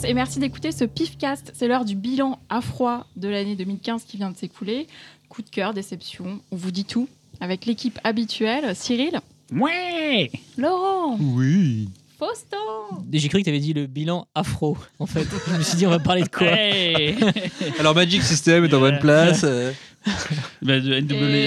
et merci d'écouter ce Pifcast. C'est l'heure du bilan à froid de l'année 2015 qui vient de s'écouler. Coup de cœur, déception, on vous dit tout. Avec l'équipe habituelle, Cyril. Ouais. Laurent. Oui. Faustin. J'ai cru que tu avais dit le bilan afro, en fait. Je me suis dit, on va parler de quoi? Hey. Alors Magic System est en bonne place. Bah, de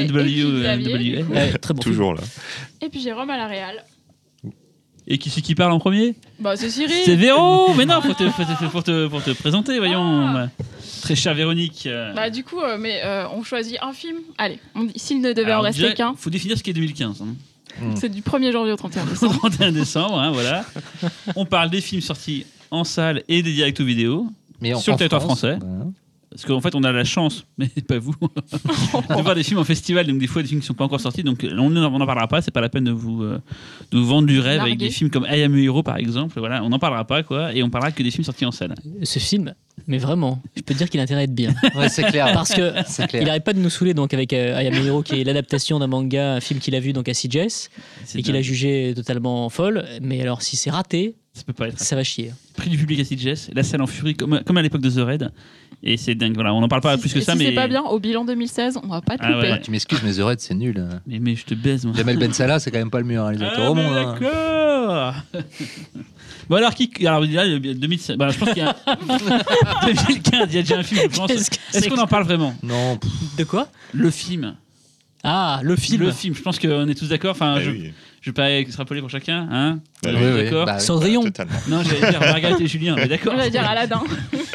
NWA. Ouais, très bon Toujours là. Et puis Jérôme à la Réal. Et qui c'est qui parle en premier? Bah c'est Cyril. C'est Véro. Mais non, pour te présenter, voyons. Ah. Très chère Véronique. Bah du coup, on choisit un film. Allez, s'il ne devait en Alors, rester déjà, qu'un, faut définir ce qu'est 2015. Hein. c'est du 1er janvier au 31 Au décembre. 31 décembre, hein, voilà. On parle des films sortis en salle et des directs ou vidéo sur le territoire français. Voilà. Parce qu'en fait, on a la chance, mais pas vous, de voir des films en festival, donc des fois des films qui ne sont pas encore sortis, donc on n'en parlera pas, c'est pas la peine de vous vendre du rêve Larguer. avec des films comme I Am a Hero par exemple, voilà, on n'en parlera pas, quoi, et on parlera que des films sortis en salle. Ce film, mais vraiment, je peux te dire qu'il a intérêt à être bien. Ouais, c'est clair. Parce que C'est clair. il n'arrête pas de nous saouler donc, avec I Am a Hero, qui est l'adaptation d'un manga, un film qu'il a vu donc, à CJS, C'est et qu'il a dingue. jugé totalement folle. Mais alors, si c'est raté, Ça peut pas être. ça va chier. Prix du public à CJS, la salle en furie, comme à l'époque de The Raid, et c'est dingue, voilà, on n'en parle pas plus que ça, si mais... c'est pas bien, au bilan 2016, on va pas te Ah louper. ouais. Tu m'excuses, mais The Raid, c'est nul. Mais je te baise, moi. Jamel Ben Salah, c'est quand même pas le meilleur réalisateur au mais monde. Hein. d'accord. Bon alors là, 2016, bah, je pense qu'il y a 2015, il y a déjà un film, je pense. Qu'est-ce que Est-ce c'est qu'on en parle vraiment? Non, De quoi? Le film. Ah, le film. Le film, je pense qu'on est tous d'accord. Enfin, Eh je oui. vais pas extrapoler pour chacun, hein? Bah On oui, est oui. d'accord. Bah, Cendrillon. Totalement. Non, j'allais dire Margaret et Julien, mais d'accord. On va dire Aladdin.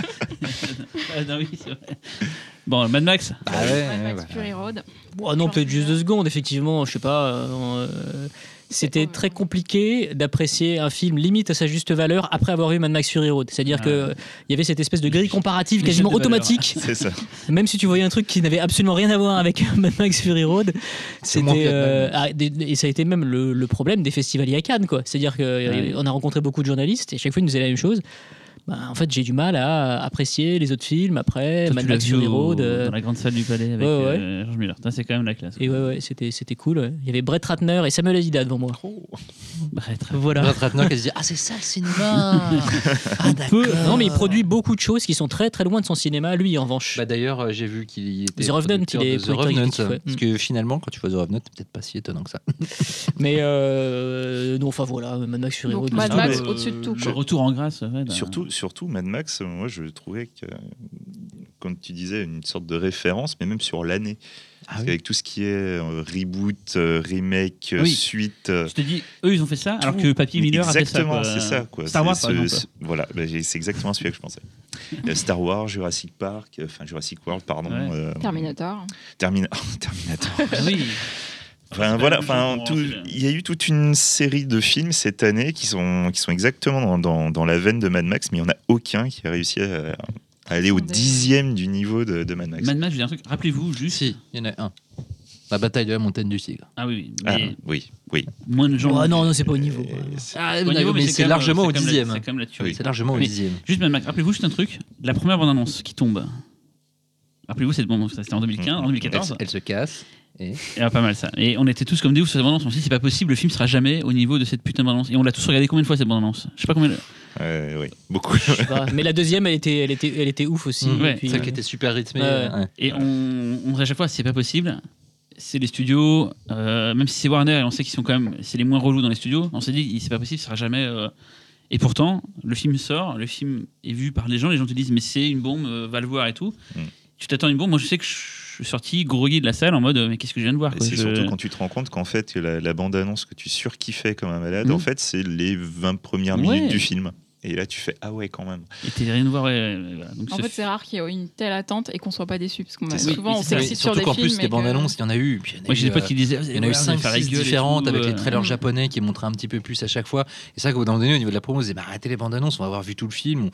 Ah, non, oui, c'est vrai. Bon, Mad Max. Bah ouais, Mad Max ouais, Fury Road. Bon, non, peut-être juste 2 secondes, effectivement. Je sais pas. C'était très compliqué d'apprécier un film limite à sa juste valeur après avoir vu Mad Max Fury Road. C'est-à-dire qu'il y avait cette espèce de grille comparative quasiment Limite de valeur. automatique. C'est ça. Même si tu voyais un truc qui n'avait absolument rien à voir avec Mad Max Fury Road, moins c'était pire que Mad et ça a été même le problème des festivaliers à Cannes, quoi. C'est-à-dire qu'on a rencontré beaucoup de journalistes et chaque fois ils nous disaient la même chose. Bah, en fait, j'ai du mal à apprécier les autres films après Toi, Mad tu l'as Max vu Fury Road. dans la grande salle du Palais avec Ouais. George Miller. Ça, c'est quand même la classe. Et ouais, c'était cool. Ouais. Il y avait Brett Ratner et Samuel Azida devant moi. Bref, Voilà. Brett Ratner qui se dit ah c'est ça le cinéma. Ah d'accord. Non, mais il produit beaucoup de choses qui sont très très loin de son cinéma, lui en revanche. Bah d'ailleurs j'ai vu qu'il était The Revenant, producteur il est de The producteur Revenant, exécutif, ouais. parce que finalement quand tu vois The Revenant c'est peut-être pas si étonnant que ça. Mais non, enfin voilà, Mad Max Fury Donc, Road. Mad c'est- Max mais, au-dessus de tout. Le quoi. retour en grâce. Ouais, bah, Surtout Mad Max, moi je trouvais que, comme tu disais, une sorte de référence, mais même sur l'année. Parce qu'avec tout ce qui est reboot, remake, Oui. suite. Je te dis, eux, ils ont fait ça, alors que Papy Miller a fait ça. Exactement, quoi. c'est ça. Quoi. Star Wars, C'est par exemple. Voilà, bah, c'est exactement celui que je pensais. Star Wars, Jurassic Park, enfin Jurassic World, pardon. Ouais. Terminator. Terminator. Oui. Enfin, C'est voilà, pas enfin, le jeu pour il y a eu toute une série de films cette année qui sont exactement dans la veine de Mad Max, mais il n'y en a aucun qui a réussi à aller au Des- 10e du niveau de Mad Max. Mad Max, je dis un truc. Rappelez-vous, juste. Si, il y en a un. La bataille de la montagne du Tigre. Ah oui, Ah, mais oui. moins de gens. Oh, non, c'est pas au niveau. Ah, Au niveau, mais quand c'est même- largement au quand même la- 10e. C'est quand même la tuerie. C'est largement au Mais- 10e. Juste Mad Max, rappelez-vous juste un truc. La première bande-annonce qui tombe. Rappelez-vous, c'était en 2015, en 2014. Elle se casse. Et Et pas mal ça. Et on était tous comme des oufs sur cette bande-annonce. On s'est dit, c'est pas possible, le film sera jamais au niveau de cette putain de bande-annonce. Et on l'a tous regardé combien de fois cette bande-annonce? Je sais pas combien. Oui, beaucoup. Je sais pas. Mais la deuxième, elle était ouf aussi. Ouais. Et puis, celle qui était super rythmée. Ouais. Ouais. Et on à chaque fois, c'est pas possible. C'est les studios, même si c'est Warner et on sait qu'ils sont quand même, c'est les moins relous dans les studios. On s'est dit, c'est pas possible, ça sera jamais. Et pourtant, le film sort, le film est vu par les gens te disent, mais c'est une bombe, va le voir et tout. Tu t'attends à une bombe. Moi, je sais que je suis sorti groggy de la salle en mode, mais qu'est-ce que je viens de voir Et quoi. c'est surtout quand tu te rends compte qu'en fait, que la bande-annonce que tu surkiffais comme un malade, en fait, c'est les 20 premières minutes Ouais. du film. Et là, tu fais ah ouais, quand même. Et t'es rien de voir. Voilà. Donc, En fait, c'est rare qu'il y ait une telle attente et qu'on soit pas déçu. Parce qu'on C'est ça. souvent, Oui, on c'est ça. s'excite sur Surtout des qu'en films. plus, des bandes annonces, il y en a eu. Puis il y en a moi, j'ai des eu, potes qui disaient, il y en a eu 5-6 différentes avec les trailers japonais qui montraient un petit peu plus à chaque fois. Et ça, qu'au bout d'un moment donné, au niveau de la promo, on se disait, arrêtez les bandes annonces, on va avoir vu tout le film.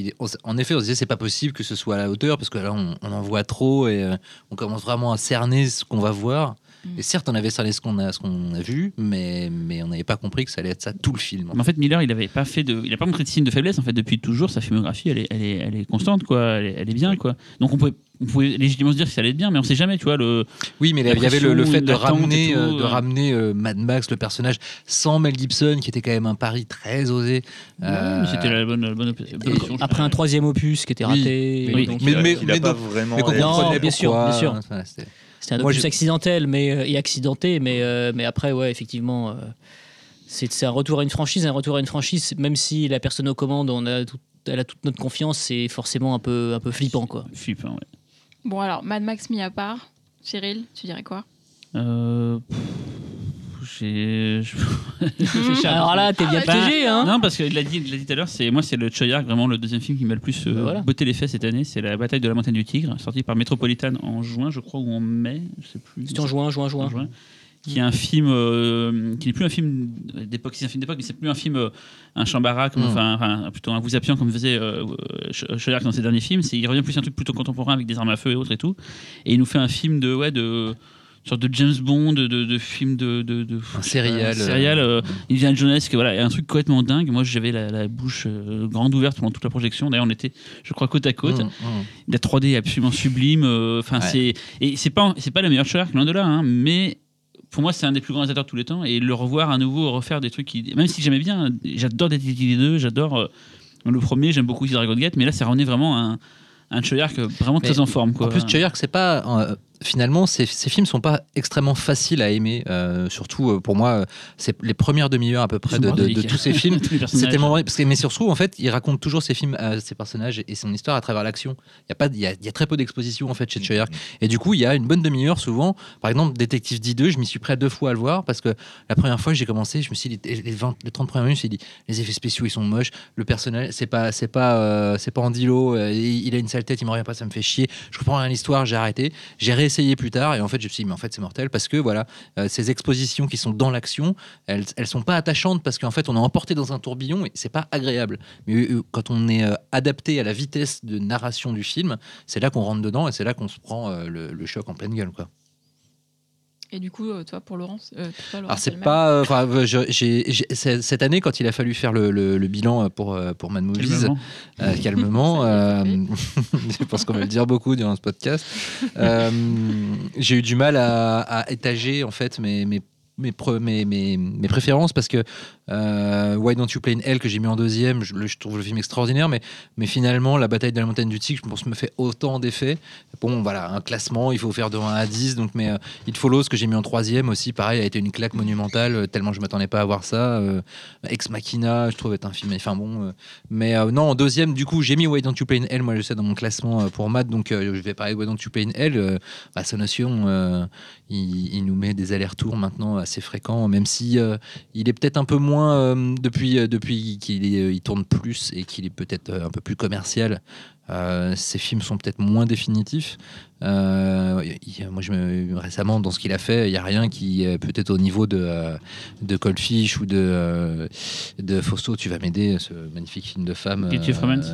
En effet, on se disait, c'est pas possible que ce soit à la hauteur parce que là, on en voit trop et on commence vraiment à cerner ce qu'on va voir. Et certes, on avait cerné ce qu'on a vu, mais on n'avait pas compris que ça allait être ça tout le film. Mais en fait, Miller, il a pas montré de signe de faiblesse. En fait, depuis toujours, sa filmographie, elle est constante, quoi. Elle est bien, quoi. Donc, on pouvait on pouvait légitimement se dire que ça allait être bien, mais on sait jamais, tu vois. Oui, mais il y avait le fait de l'attente ramener, et tout, Mad Max, le personnage, sans Mel Gibson, qui était quand même un pari très osé. Mais c'était la bonne option. Après un troisième opus qui était raté. Oui. donc, Il mais n'a pas donc- vraiment. mais qu'on Non, comprenait bien sûr, pourquoi. bien sûr. Voilà, c'était- c'était un Moi, opus j'ai- accidentel et accidenté, mais après, ouais, effectivement, c'est un retour à une franchise. Même si la personne aux commandes, elle a toute notre confiance, c'est forcément un peu flippant, quoi. Flippant, ouais. Bon, alors, Mad Max mis à part, Cyril, tu dirais quoi? Alors là, t'es bien piégé, hein. Non, parce qu'il l'a dit tout à l'heure, c'est le Choyark, vraiment le deuxième film qui m'a le plus Voilà. botté les fesses cette année. C'est La Bataille de la Montagne du Tigre, sorti par Metropolitan en juin, je crois, ou en mai, je sais plus. C'était en juin. Qui est un film qui n'est plus un film d'époque, c'est un film d'époque, mais c'est plus un film un chambara, enfin plutôt un vous-appiant comme faisait Choyark dans ses derniers films. Il revient plus à un truc plutôt contemporain avec des armes à feu et autres et tout. Et il nous fait un film de sorte de James Bond, de film de Un serial. Indiana Jones, voilà, un truc complètement dingue. Moi, j'avais la bouche grande ouverte pendant toute la projection. D'ailleurs, on était, je crois, côte à côte. La 3D est absolument sublime. Enfin, c'est pas la meilleure Choyark, loin de là, hein, mais pour moi, c'est un des plus grands réalisateurs de tous les temps. Et le revoir à nouveau, refaire des trucs même si j'aimais bien, j'adore Détective 2, j'adore le premier, j'aime beaucoup Dragon Gate, mais là, ça revenait vraiment à un Choyark vraiment très en forme, quoi. En plus, Choyark, c'est pas. Finalement, ces films sont pas extrêmement faciles à aimer. Surtout pour moi, c'est les premières demi-heures à peu près de tous ces films. C'est tellement vrai. Mais surtout, en fait, il raconte toujours ses films, ses personnages et son histoire à travers l'action. Il y a très peu d'exposition en fait chez Choyark. Et du coup, il y a une bonne demi-heure souvent. Par exemple, Détective D2, je m'y suis prêt 2 fois à le voir parce que la première fois, j'ai commencé, je me suis dit les 30 premières minutes, j'ai dit les effets spéciaux ils sont moches, le personnage c'est pas Andy Lau, il a une sale tête, il me revient pas, ça me fait chier. Je reprends l'histoire, j'ai arrêté. J'ai réessayé plus tard et en fait je me suis dit mais en fait c'est mortel parce que voilà ces expositions qui sont dans l'action elles sont pas attachantes parce qu'en fait on est emporté dans un tourbillon et c'est pas agréable, mais quand on est adapté à la vitesse de narration du film, c'est là qu'on rentre dedans et c'est là qu'on se prend le choc en pleine gueule, quoi. Et du coup, toi, pour Laurence, alors c'est pas cette année quand il a fallu faire le bilan pour Mad Movies calmement, je pense qu'on va le dire beaucoup durant ce podcast, j'ai eu du mal à étager en fait mes préférences parce que Why Don't You Play in Hell que j'ai mis en deuxième, je trouve le film extraordinaire, mais finalement La Bataille de la Montagne du Tigre, je pense, me fait autant d'effets. Bon, voilà, un classement, il faut faire de 1 à 10, donc, mais It Follows que j'ai mis en troisième aussi, pareil, a été une claque monumentale, tellement je m'attendais pas à voir ça. Ex Machina, je trouve être un film, enfin bon, mais non, en deuxième, du coup, j'ai mis Why Don't You Play in Hell, moi je sais, dans mon classement pour Matt, donc je vais parler de Why Don't You Play in Hell. Sa notion, il nous met des allers-retours maintenant assez fréquents, même si il est peut-être un peu moins depuis qu'il tourne plus et qu'il est peut-être un peu plus commercial. Ces films sont peut-être moins définitifs. Moi, récemment, dans ce qu'il a fait, il n'y a rien qui est peut-être au niveau de Cold Fish ou de Fausto. Tu vas m'aider, ce magnifique film de femme. Guilty of Romance.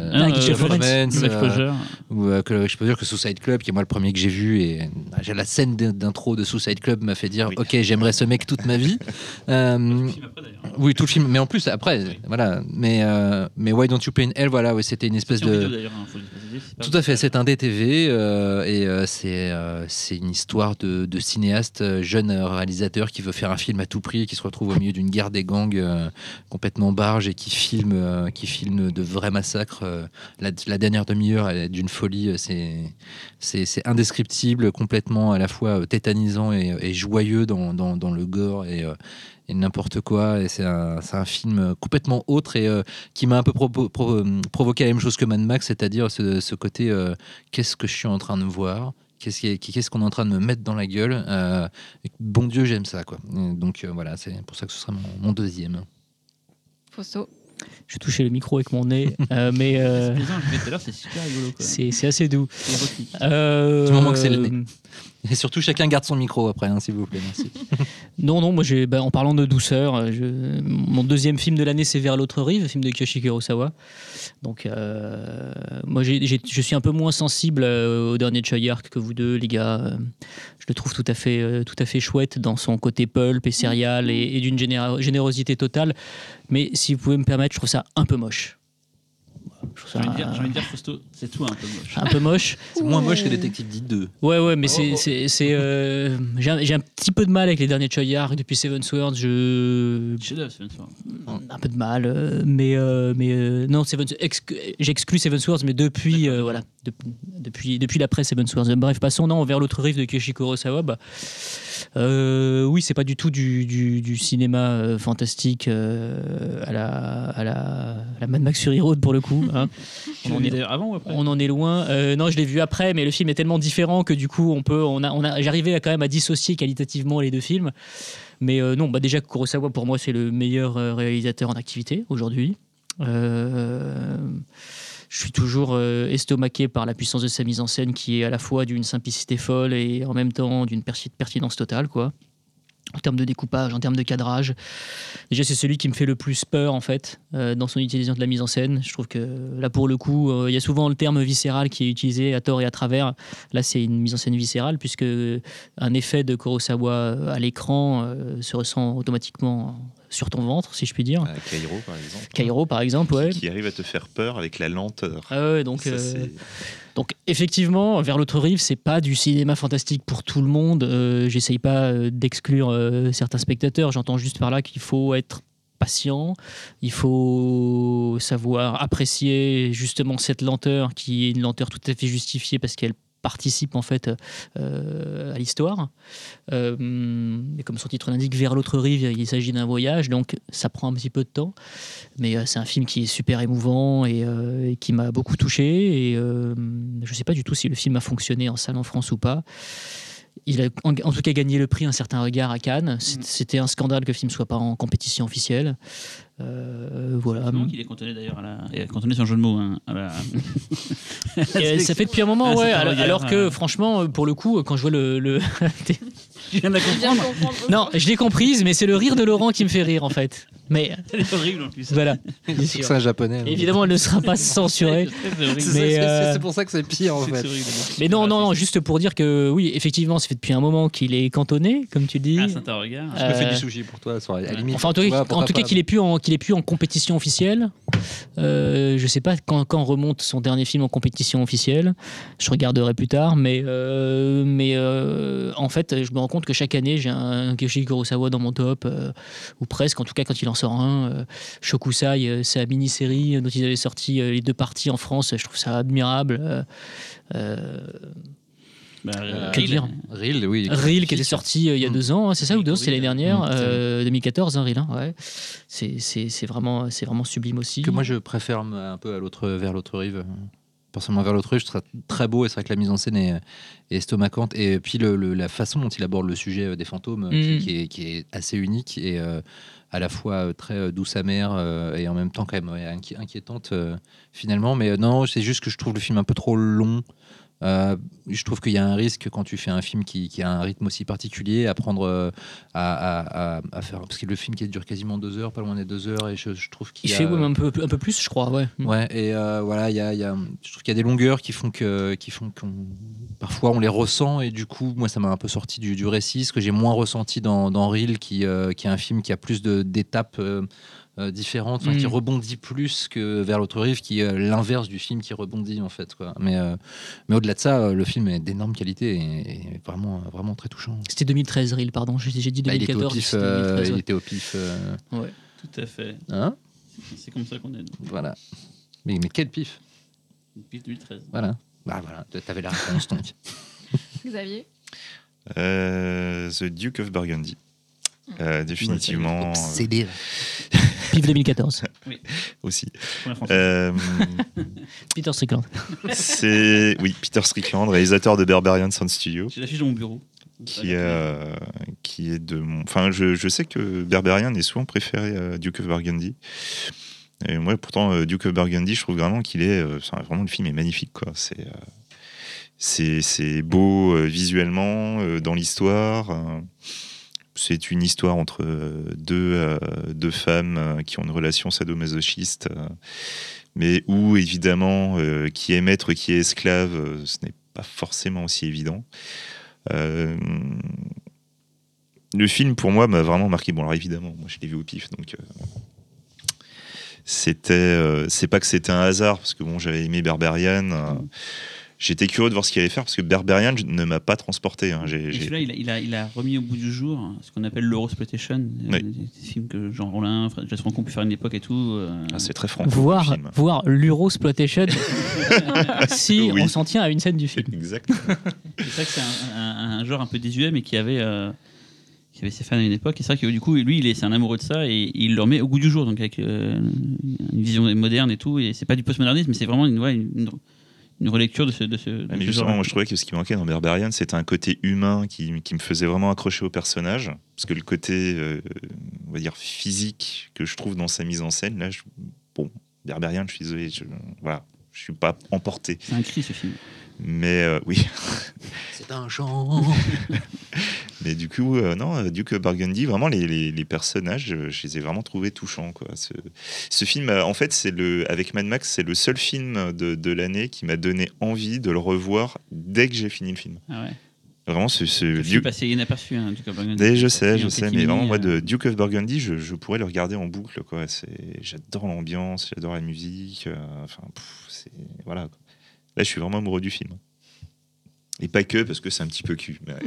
Ou je peux dire que Suicide Club, qui est moi le premier que j'ai vu, et la scène d'intro de Suicide Club m'a fait dire ok, j'aimerais ce mec toute ma vie. Oui, tout le film, mais en plus après, voilà. Mais Why Don't You Play in Hell, voilà, ouais, c'était une espèce de. Tout à fait, c'est un DTV et c'est une histoire de cinéaste, jeune réalisateur qui veut faire un film à tout prix et qui se retrouve au milieu d'une guerre des gangs complètement barge et qui filme de vrais massacres. La dernière demi-heure est d'une folie, c'est indescriptible, complètement à la fois tétanisant et joyeux dans le gore et n'importe quoi, et c'est un film complètement autre et qui m'a un peu provoqué la même chose que Mad Max, c'est-à-dire ce côté qu'est-ce que je suis en train de voir, qu'est-ce qu'on est en train de me mettre dans la gueule, bon Dieu j'aime ça, quoi. Donc voilà, c'est pour ça que ce sera mon deuxième. Fausto. Je touchais le micro avec mon nez, mais c'est super rigolo, quoi. C'est assez doux. Du moment que c'est le nez. Et surtout, chacun garde son micro après, hein, s'il vous plaît. Merci. Non, moi, en parlant de douceur, mon deuxième film de l'année, c'est Vers l'autre rive, film de Kiyoshi Kurosawa. Donc, moi, je suis un peu moins sensible au dernier Choyark que vous deux, les gars. Je le trouve tout à fait chouette dans son côté pulp et céréales et d'une générosité totale. Mais si vous pouvez me permettre, je trouve ça un peu moche. Je trouve ça J'ai envie de dire, Fausto, c'est tout un peu moche. un peu moche. C'est moins moche que Détective D2. Ouais, mais j'ai un petit peu de mal avec les derniers Choyark depuis Seven Swords. Chef-d'œuvre, c'est une fois. Un peu de mal, mais non, j'exclus Seven Swords, mais depuis voilà, depuis l'après Seven Swords. Bref, passons vers l'autre riff de Kiyoshi Kurosawa. Oui, c'est pas du tout du cinéma fantastique à la Mad Max Fury Road pour le coup. Hein. Tu l'as vu d'ailleurs avant ou après ? On en est loin. Non, je l'ai vu après, mais le film est tellement différent que du coup, j'arrivais quand même à dissocier qualitativement les deux films. Mais non, déjà Kurosawa pour moi c'est le meilleur réalisateur en activité aujourd'hui. Je suis toujours estomaqué par la puissance de sa mise en scène qui est à la fois d'une simplicité folle et en même temps d'une pertinence totale, quoi. En termes de découpage, en termes de cadrage. Déjà, c'est celui qui me fait le plus peur, en fait, dans son utilisation de la mise en scène. Je trouve que là, pour le coup, il y a souvent le terme viscéral qui est utilisé à tort et à travers. Là, c'est une mise en scène viscérale, puisque un effet de Kurosawa à l'écran se ressent automatiquement sur ton ventre, si je puis dire. Kairo, par exemple. Kairo, par exemple, ouais. Qui arrive à te faire peur avec la lenteur. Ah ouais, donc effectivement, Vers l'autre rive, c'est pas du cinéma fantastique pour tout le monde. J'essaye pas d'exclure certains spectateurs. J'entends juste par là qu'il faut être patient, il faut savoir apprécier justement cette lenteur qui est une lenteur tout à fait justifiée parce qu'elle participe en fait à l'histoire. Et comme son titre l'indique, Vers l'autre rive, il s'agit d'un voyage, donc ça prend un petit peu de temps. Mais c'est un film qui est super émouvant et qui m'a beaucoup touché. Et je ne sais pas du tout si le film a fonctionné en salle en France ou pas. Il a en tout cas gagné le prix Un certain regard à Cannes. C'était un scandale que le film ne soit pas en compétition officielle. Voilà. Il est cantonné d'ailleurs il est cantonné son jeu de mots. Hein, ça fait depuis un moment, ouais. Alors que franchement, pour le coup, quand je vois le je viens de la comprendre. Non, je l'ai comprise, mais c'est le rire de Laurent qui me fait rire en fait. Mais elle est horrible en plus. Voilà. C'est un japonais. Évidemment, elle ne sera pas censurée. C'est pour ça que c'est pire en fait. Mais non, juste pour dire que oui, effectivement, ça fait depuis un moment qu'il est cantonné, comme tu dis. C'est un regard. Je me fais du sushi pour toi, à la limite. Enfin, en tout cas, qu'il est plus en compétition officielle. Je sais pas quand remonte son dernier film en compétition officielle. Je regarderai plus tard, mais en fait, je me rends compte que chaque année, j'ai un Kiyoshi Kurosawa dans mon top, ou presque. En tout cas, quand il en sort un, Shokusai, sa mini-série dont ils avaient sorti les 2 parties en France, je trouve ça admirable. Reel, oui. Reel qui était sorti il y a 2 ans, hein, c'est ça ou 2 ans, c'était l'année dernière, 2014, hein, Reel, hein, ouais. C'est vraiment sublime aussi. Que moi je préfère un peu Vers l'autre rive. Personnellement, Vers l'autre rive, je trouve ça très beau et c'est vrai que la mise en scène est estomacante. Et puis la façon dont il aborde le sujet des fantômes, qui est assez unique et à la fois très douce amère et en même temps quand même inquiétante finalement. Mais non, c'est juste que je trouve le film un peu trop long. Je trouve qu'il y a un risque quand tu fais un film qui a un rythme aussi particulier à prendre à faire, parce que le film qui dure quasiment 2 heures, pas loin des 2 heures, et je trouve qu'il fait même un peu plus, je crois, ouais. Ouais, et voilà, je trouve qu'il y a des longueurs qui font qu'on parfois on les ressent, et du coup moi ça m'a un peu sorti du récit, ce que j'ai moins ressenti dans Reel, qui est un film qui a plus d'étapes différentes, qui rebondit plus que Vers l'autre rive, qui est l'inverse du film qui rebondit en fait, quoi. Mais au-delà de ça, le film est d'énorme qualité et vraiment, vraiment très touchant. C'était 2013, Reel, pardon, j'ai dit 2014. Il était au pif. Ouais. Tout à fait. Hein, c'est comme ça qu'on est. Voilà. Mais quel pif. Pif 2013. Voilà. Bah voilà, t'avais la réponse donc. Xavier The Duke of Burgundy. Définitivement. Obsédé. Pif 2014. Oui. Aussi. Peter Strickland. Oui, Peter Strickland, réalisateur de Berberian Sound Studio. J'ai l'affiche dans mon bureau. Qui est de mon. Enfin, je sais que Berberian est souvent préféré à Duke of Burgundy. Et moi, pourtant, Duke of Burgundy, je trouve vraiment qu'il est. Vraiment, le film est magnifique, quoi. C'est beau visuellement, dans l'histoire. C'est une histoire entre deux femmes qui ont une relation sadomasochiste, mais où, évidemment, qui est maître, qui est esclave, ce n'est pas forcément aussi évident. Le film, pour moi, m'a vraiment marqué. Bon, alors évidemment, moi, je l'ai vu au pif, donc c'est pas que c'était un hasard, parce que bon, j'avais aimé Berberian. J'étais curieux de voir ce qu'il allait faire, parce que Berberian ne m'a pas transporté. Hein. Celui-là, il a remis au bout du jour ce qu'on appelle l'Eurosploitation, des films que Jean Rollin, Jacques Franco ont pu faire à une époque et tout. C'est très franco. Voir l'Eurosploitation, si on s'en tient à une scène du film. Exactement. C'est vrai que c'est un genre un peu désuet, mais qui avait ses fans à une époque. Et c'est vrai que du coup, lui, c'est un amoureux de ça et il le remet au goût du jour, donc avec une vision moderne et tout. Et c'est pas du postmodernisme, mais c'est vraiment une relecture de ce mais justement, genre. moi, je trouvais que ce qui manquait dans Berberian, c'était un côté humain qui me faisait vraiment accrocher au personnage. Parce que le côté, on va dire, physique que je trouve dans sa mise en scène, là, Berberian, je suis désolé, je suis pas emporté. C'est un cri, ce film. Mais oui. C'est un chant. Mais du coup, Duke of Burgundy, vraiment, les personnages, je les ai vraiment trouvés touchants, quoi. Ce film, en fait, avec Mad Max, c'est le seul film de l'année qui m'a donné envie de le revoir dès que j'ai fini le film. Ah ouais. Vraiment, Le film passé inaperçu, hein, Duke of Burgundy. Je sais, mais vraiment, moi, de Duke of Burgundy, je pourrais le regarder en boucle, quoi. J'adore l'ambiance, j'adore la musique. Voilà, quoi. Là, je suis vraiment amoureux du film. Et pas que parce que c'est un petit peu cul. Mais...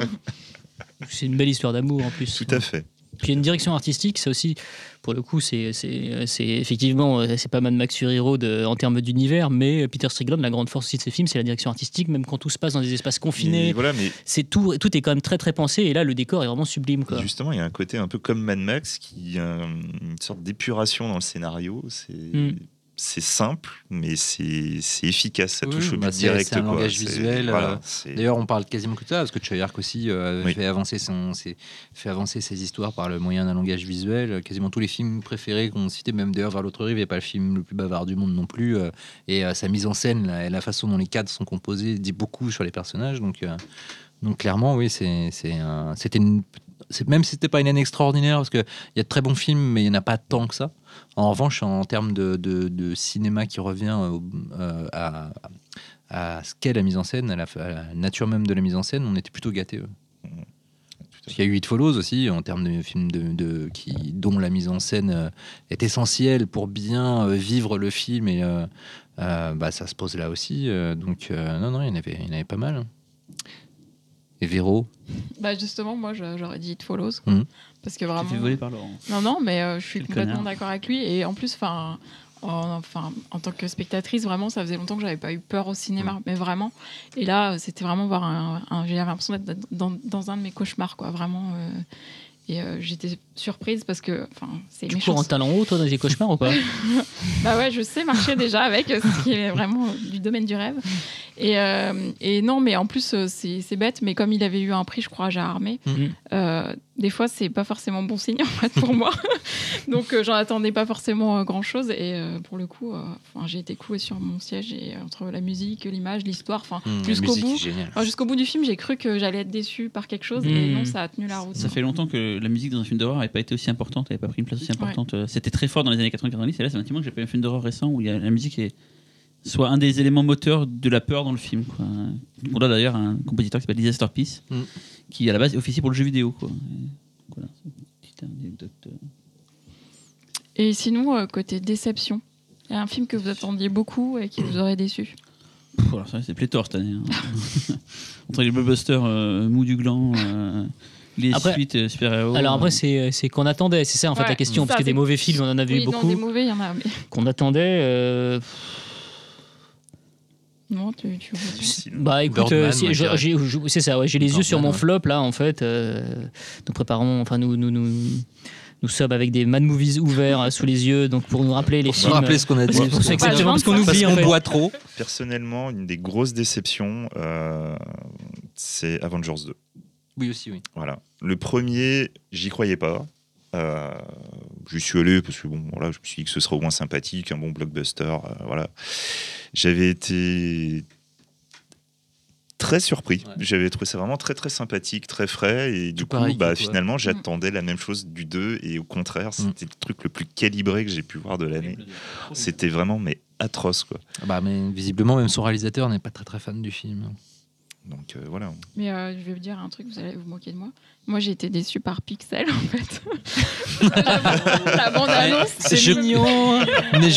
C'est une belle histoire d'amour en plus. Tout à fait. Puis il y a une direction artistique, ça aussi, pour le coup, c'est effectivement, c'est pas Mad Max Fury Road en termes d'univers, mais Peter Strickland, la grande force aussi de ces films, c'est la direction artistique, même quand tout se passe dans des espaces confinés. C'est tout est quand même très très pensé, et là, le décor est vraiment sublime, quoi. Justement, il y a un côté un peu comme Mad Max, qui a une sorte d'épuration dans le scénario. C'est simple, mais c'est efficace. Ça touche au but direct. C'est un langage visuel. D'ailleurs, on parle quasiment que de ça, parce que Treyarch aussi fait avancer ses histoires par le moyen d'un langage visuel. Quasiment tous les films préférés qu'on citait, même d'ailleurs Vers l'autre rive, n'est pas le film le plus bavard du monde non plus. Et sa mise en scène, la façon dont les cadres sont composés, dit beaucoup sur les personnages. Donc clairement, oui, même si c'était pas une année extraordinaire, parce qu'il y a de très bons films, mais il n'y en a pas tant que ça. En revanche, en termes de cinéma qui revient à ce qu'est la mise en scène, à la nature même de la mise en scène, on était plutôt gâtés. Parce qu'il y a eu It Follows aussi, en termes de films dont la mise en scène est essentielle pour bien vivre le film, et ça se pose là aussi. Donc, non, il y en avait pas mal. Et Véro? Justement, moi j'aurais dit It Follows. Parce que vraiment. Tu fais voler par Laurent. Non, mais je suis complètement d'accord avec lui. Et en plus, en tant que spectatrice, vraiment, ça faisait longtemps que j'avais pas eu peur au cinéma, mais vraiment. Et là, c'était vraiment voir j'avais l'impression d'être dans un de mes cauchemars, quoi, vraiment. Et j'étais surprise parce que c'est méchant. Tu cours en talons hauts, toi, dans tes cauchemars ou pas? Bah ouais, je sais marcher déjà avec, ce qui est vraiment du domaine du rêve. Et non, mais en plus, c'est bête, mais comme il avait eu un prix, je crois, à Gérard Armé, des fois, c'est pas forcément bon signe, en fait, pour moi. Donc, j'en attendais pas forcément grand-chose. Et pour le coup, j'ai été clouée sur mon siège, et entre la musique, l'image, l'histoire, jusqu'au bout du film, j'ai cru que j'allais être déçue par quelque chose, et non, ça a tenu la route. Ça fait longtemps que la musique dans un film d'horreur n'avait pas été aussi importante, n'avait pas pris une place aussi importante. Ouais. C'était très fort dans les années 80-90, et là, c'est un petit moment que j'ai pas eu un film d'horreur récent où la musique est soit un des éléments moteurs de la peur dans le film, quoi. On a d'ailleurs un compositeur qui s'appelle Disaster Peace, qui à la base officie pour le jeu vidéo, quoi. Voilà, c'est une petite anecdote. Et sinon, côté déception, il y a un film que vous attendiez beaucoup et qui vous aurait déçu? Alors ça, c'est pléthore cette année. Entre les blockbusters mou du gland, les suites super-héros. Alors après, c'est qu'on attendait, c'est ça en fait la question, parce que des mauvais films, on en avait eu beaucoup. Des mauvais, il y en a. Mais... Qu'on attendait. Non, tu écoute, c'est ça, ouais, j'ai les yeux sur mon flop là en fait. Nous préparons, nous sommes avec des Mad Movies ouverts sous les yeux, donc pour nous rappeler les films. Pour rappeler ce qu'on a dit. C'est exactement parce qu'on oublie. Parce qu'on boit trop. Personnellement, une des grosses déceptions, c'est Avengers 2. Oui, aussi, oui. Voilà. Le premier, j'y croyais pas. J'y suis allé parce que je me suis dit que ce serait au moins sympathique, un bon blockbuster. Voilà. J'avais été très surpris. Ouais. J'avais trouvé ça vraiment très très sympathique, très frais, et du coup, finalement, j'attendais la même chose du 2, et au contraire, c'était le truc le plus calibré que j'ai pu voir de l'année. C'était vraiment atroce, quoi. Mais visiblement, même son réalisateur n'est pas très très fan du film. Donc voilà. Mais je vais vous dire un truc, vous allez vous moquer de moi. Moi, j'ai été déçue par Pixel, en fait. la bande-annonce, c'est mignon. Mais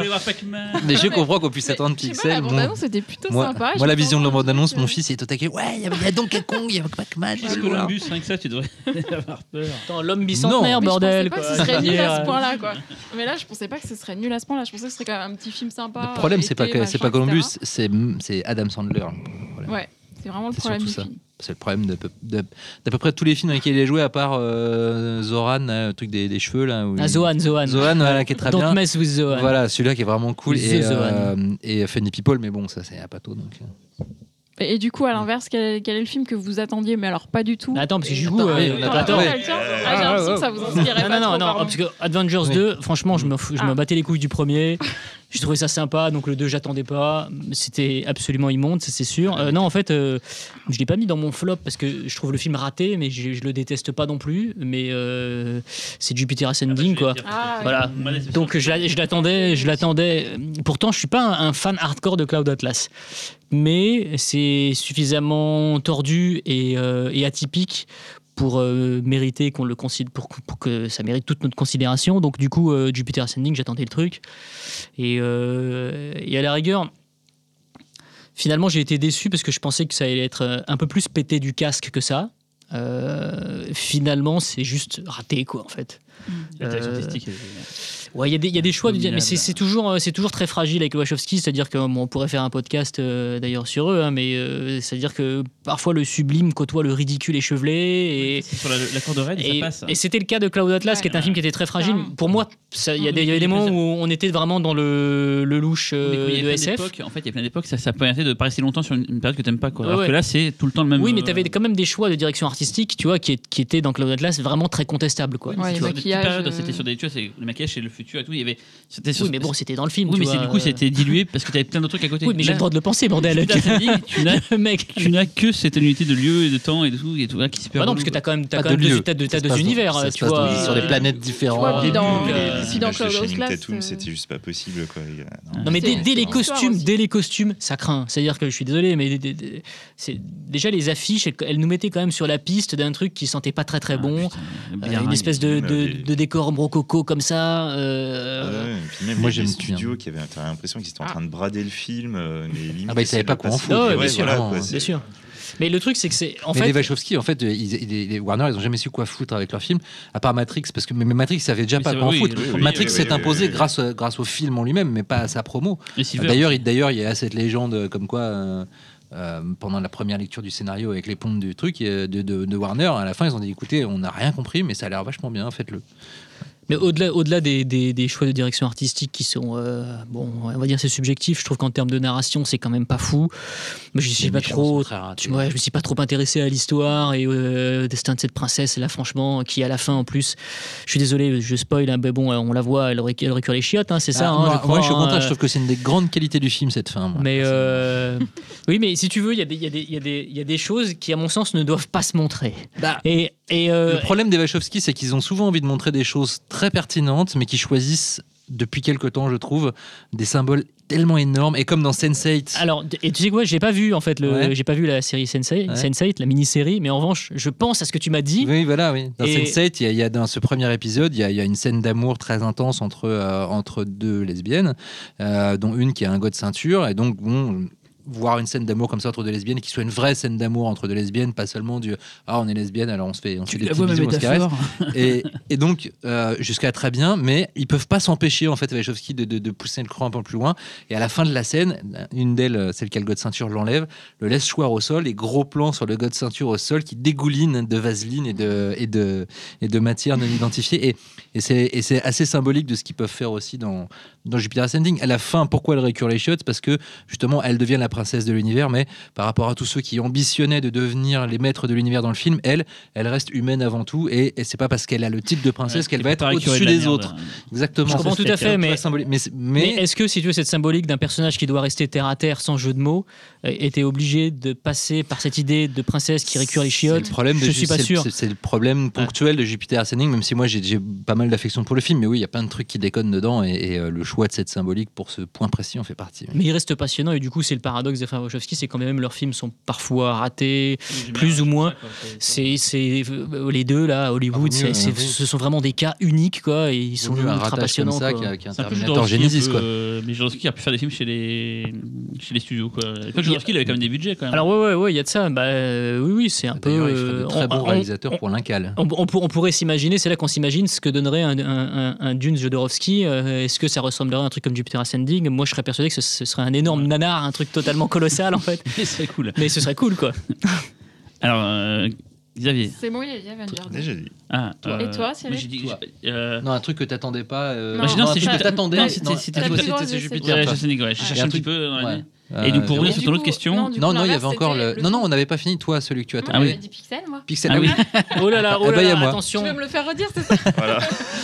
je comprends qu'on puisse attendre je sais pas, Pixel. la bande-annonce, c'était plutôt sympa. Moi, la vision de la la bande-annonce, mon fils, il est au taquet. Ouais, il y a Donkey Kong, il y a Pac-Man. Parce que Columbus, rien que ça, tu devrais avoir peur. Attends, l'homme bicentenaire, bordel. Je pensais pas que ce serait nul à ce point-là, quoi. Mais là, je pensais pas que ce serait nul à ce point-là. Je pensais que ce serait quand même un petit film sympa. Le problème, c'est pas Columbus, etc. c'est Adam Sandler. Ouais, c'est vraiment le C'est problème du surtout ça. film. C'est le problème d'à peu près tous les films dans lesquels il a joué, à part Zoran, le truc des cheveux là. Zohan. Zohan, voilà, qui est très bien. Don't mess with Zohan. Voilà, celui-là qui est vraiment cool. The Et Funny People, mais bon, ça c'est à pato. Donc. Et du coup, à l'inverse, quel est le film que vous attendiez, mais alors pas du tout? Attends, parce que du coup, J'ai l'impression que ça vous inspirait pas trop, non, pardon. parce que Avengers 2, franchement, je me battais les couilles du premier. J'ai trouvé ça sympa, donc le 2, j'attendais pas. C'était absolument immonde, c'est sûr. Non, en fait, je l'ai pas mis dans mon flop parce que je trouve le film raté, mais je le déteste pas non plus. Mais c'est Jupiter Ascending, quoi. Voilà. Donc je l'attendais. Pourtant, je suis pas un fan hardcore de Cloud Atlas, mais c'est suffisamment tordu et atypique pour mériter qu'on le considère, pour que ça mérite toute notre considération. Donc du coup, Jupiter Ascending, j'attendais le truc. Et à la rigueur, finalement, j'ai été déçu parce que je pensais que ça allait être un peu plus pété du casque que ça. Finalement, c'est juste raté, quoi, en fait. La direction artistique. Ouais, il y a des choix, mais c'est toujours très fragile avec Wachowski, c'est-à-dire qu'on pourrait faire un podcast d'ailleurs sur eux, hein, mais c'est-à-dire que parfois le sublime côtoie le ridicule échevelé. C'est sur l'accord de raid, ça passe. Et c'était le cas de Cloud Atlas, qui est un film qui était très fragile. Pour moi, il y avait des moments où on était vraiment dans le louche de SF. En fait, il y a plein d'époques, ça peut arrêter de pas rester longtemps sur une période que t'aimes pas, quoi. Ouais, Alors que là, c'est tout le temps le même. Oui, mais t'avais quand même des choix de direction artistique, tu vois, qui étaient dans Cloud Atlas vraiment très contestables, quoi. Ouais, tu vois, c'était sur des tu vois, c'est le maquillage, c'est le futur et tout. Il y avait. Oui, mais bon, c'était dans le film. Oui, tu mais vois, du coup, c'était dilué parce que t'avais plein d'autres trucs à côté. Oui, mais j'ai le droit de le penser, bordel. Tu n'as que cette unité de lieu et de temps et de tout là qui se perd. Non, parce que t'as quand même deux univers, tu vois. Sur des planètes différentes. Puis dans Cloud Atlas, Tatum, c'était juste pas possible, quoi. Non, mais dès les costumes, ça craint. C'est-à-dire que je suis désolé, mais déjà les affiches, elles nous mettaient quand même sur la piste d'un truc qui sentait pas très très bon. Une espèce de décor rococo comme ça. Moi, j'aime le studio qui avait l'impression qu'ils étaient en train de brader le film, mais limite. Ils savaient pas quoi en foutre. Bien sûr. Mais le truc, c'est que c'est. Les Wachowski, en fait, les Warner, ils n'ont jamais su quoi foutre avec leur film, à part Matrix, parce que mais Matrix, ça savait déjà pas quoi en foutre. Matrix s'est imposé grâce au film en lui-même, mais pas à sa promo. D'ailleurs, il y a cette légende comme quoi. Pendant la première lecture du scénario avec les pompes du truc de Warner, à la fin, ils ont dit écoutez, on n'a rien compris, mais ça a l'air vachement bien, faites-le. Mais au-delà des choix de direction artistique qui sont, bon, on va dire c'est subjectif, je trouve qu'en termes de narration, c'est quand même pas fou. Mais je me suis pas trop intéressé à l'histoire et au destin de cette princesse, là, franchement, qui à la fin, en plus, je suis désolé, je spoil, hein, mais bon, on la voit, elle récure les chiottes, hein, c'est ça. Moi, je suis content, je trouve que c'est une des grandes qualités du film, cette fin. Moi, mais oui, mais si tu veux, il y a des choses qui, à mon sens, ne doivent pas se montrer. Le problème des Wachowski, c'est qu'ils ont souvent envie de montrer des choses très pertinentes, mais qui choisissent depuis quelque temps, je trouve, des symboles tellement énormes. Et comme dans Sense8. Alors, et tu sais quoi, j'ai pas vu en fait j'ai pas vu la série Sense8, la mini-série, mais en revanche, je pense à ce que tu m'as dit. Oui, voilà, oui. Dans Sense8, il y a dans ce premier épisode, il y a une scène d'amour très intense entre deux lesbiennes, dont une qui a un gars de ceinture, et donc bon. Voir une scène d'amour comme ça entre deux lesbiennes, qui soit une vraie scène d'amour entre deux lesbiennes, pas seulement du on est lesbienne, alors on se fait des petits bisous, on se caresse. Et donc jusqu'à très bien, mais ils peuvent pas s'empêcher en fait Wachowski de pousser le cran un peu plus loin. Et à la fin de la scène, une d'elles, celle qui a le gars de ceinture, l'enlève, le laisse choir au sol, et gros plan sur le gars de ceinture au sol qui dégouline de vaseline et de matière non identifiée. Et c'est assez symbolique de ce qu'ils peuvent faire aussi dans Jupiter Ascending. À la fin, pourquoi elle récure les chiottes ? Parce que justement, elle devient la princesse de l'univers, mais par rapport à tous ceux qui ambitionnaient de devenir les maîtres de l'univers dans le film, elle reste humaine avant tout, et c'est pas parce qu'elle a le titre de princesse qu'elle va être au-dessus des autres. Exactement. Je comprends tout à fait, mais est-ce que si tu veux cette symbolique d'un personnage qui doit rester terre à terre sans jeu de mots était obligé de passer par cette idée de princesse qui récure les chiottes ? Je suis pas sûr. C'est le problème ponctuel de Jupiter Ascending, même si moi j'ai pas mal d'affection pour le film, mais oui, il y a plein de trucs qui déconnent dedans, et le choix choix de cette symbolique pour ce point précis en fait partie. Mais il reste passionnant et du coup c'est le paradoxe des frères Wachowski, c'est quand même leurs films sont parfois ratés, plus ou moins. C'est les deux là, Hollywood, ce sont vraiment des cas uniques quoi, et ils sont ultra passionnants. C'est un Terminator Genesis quoi. Mais Jodorowsky a pu faire des films chez les studios quoi. Jodorowsky il avait quand même des budgets quand même. Alors ouais, il y a de ça. Oui, c'est un peu. Il ferait de très bons réalisateurs pour l'incal. On pourrait s'imaginer, c'est là qu'on s'imagine ce que donnerait un Dune Jodorowsky. Est-ce que ça ressemblerait à un truc comme Jupiter Ascending? Moi, je serais persuadé que ce serait un énorme nanar, un truc totalement colossal en fait. Mais ce serait cool. Mais ce serait cool quoi. Alors, Xavier. C'est bon, il vient de dire. Déjà dit. Et toi, Cyril? J'ai dit. Non, un truc que t'attendais pas. Non, c'est que t'attendais. c'était Jupiter. J'ai cherché un petit peu dans l'année. Et donc pour revenir sur ton autre question, non, il y avait encore le. Non, on n'avait pas fini. Toi, celui que tu attendais. Ah oui. Dit Pixel, moi. Pixel. Ah oui. Oh là là, attention. Tu veux me le faire redire, c'est ça? Voilà.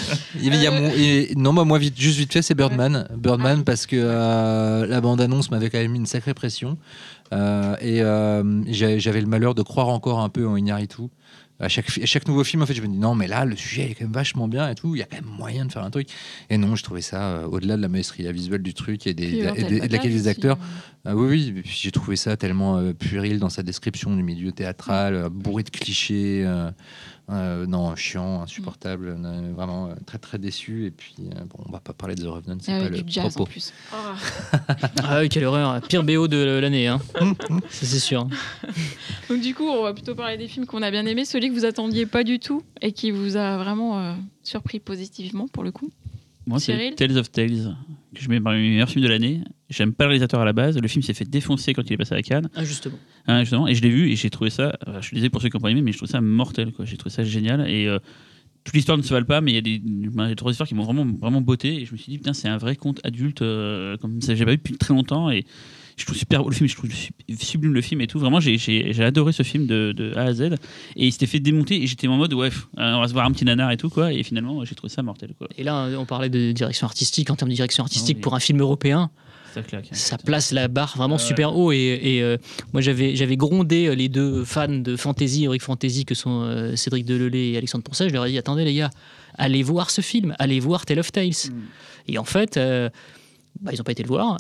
Non, moi juste vite fait, c'est Birdman. Birdman parce que la bande-annonce m'avait quand même mis une sacrée pression. Et j'avais le malheur de croire encore un peu en Iñárritu. À chaque nouveau film, en fait, je me dis non, mais là, le sujet est quand même vachement bien et tout. Il y a quand même moyen de faire un truc. Et non, je trouvais ça au-delà de la maestria visuelle du truc et de la qualité des acteurs. Oui, puis j'ai trouvé ça tellement puéril dans sa description du milieu théâtral, bourré de clichés. Non, chiant, insupportable, vraiment très très déçu. Et puis on va pas parler de The Revenant, c'est pas le jazz propos. En plus. Ah oui, quelle horreur, pire BO de l'année, hein. Ça, c'est sûr. Donc du coup, on va plutôt parler des films qu'on a bien aimés, celui que vous attendiez pas du tout et qui vous a vraiment surpris positivement pour le coup. Moi, Cyril, c'est Tales of Tales, que je mets parmi les meilleurs films de l'année. J'aime pas le réalisateur à la base. Le film s'est fait défoncer quand il est passé à Cannes. Ah, justement. Et je l'ai vu et j'ai trouvé ça. Je suis désolé pour ceux qui n'ont pas aimé, mais je trouve ça mortel, quoi. J'ai trouvé ça génial. Et toute l'histoire ne se valent pas, mais il y a des trois histoires qui m'ont vraiment, vraiment botté. Et je me suis dit, putain, c'est un vrai conte adulte, comme ça, j'ai pas vu depuis très longtemps. Et je trouve super beau le film, je trouve sublime le film et tout. Vraiment, j'ai adoré ce film de A à Z. Et il s'était fait démonter et j'étais en mode, ouais, on va se voir un petit nanar et tout, quoi. Et finalement, j'ai trouvé ça mortel, quoi. Et là, on parlait de direction artistique. En termes de direction artistique, pour un film européen, ça place la barre vraiment super haut. Et moi, j'avais grondé les deux fans de fantasy, Heroic Fantasy, que sont Cédric Delelay et Alexandre Poncet. Je leur ai dit, attendez les gars, allez voir ce film, allez voir Tale of Tales. Et en fait... ils n'ont pas été le voir.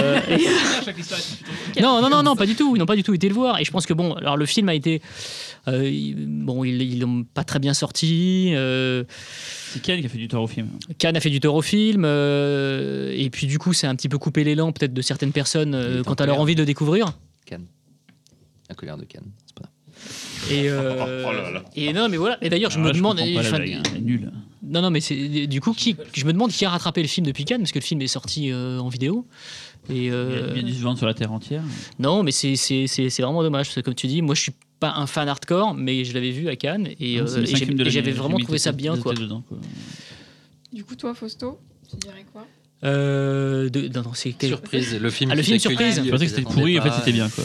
Non, pas du tout. Ils n'ont pas du tout été le voir. Et je pense que alors le film a été, ils l'ont pas très bien sorti. C'est Cannes qui a fait du tort au film. Cannes a fait du tort au film. Et puis du coup, c'est un petit peu coupé l'élan peut-être de certaines personnes quant à leur envie de découvrir. Cannes. La colère de Cannes. C'est pas. Et non, mais voilà. Et d'ailleurs, je me demande. Nul. Non, mais c'est du coup je me demande qui a rattrapé le film depuis Cannes parce que le film est sorti en vidéo. Et il a dû se vendre sur la terre entière. Non, mais c'est vraiment dommage parce que comme tu dis, moi je suis pas un fan hardcore, mais je l'avais vu à Cannes et j'avais vraiment trouvé ça bien quoi. Du coup, toi, Fausto, tu dirais quoi? C'est surprise. Le film. Le film surprise. Je pensais que c'était pourri, en fait c'était bien quoi.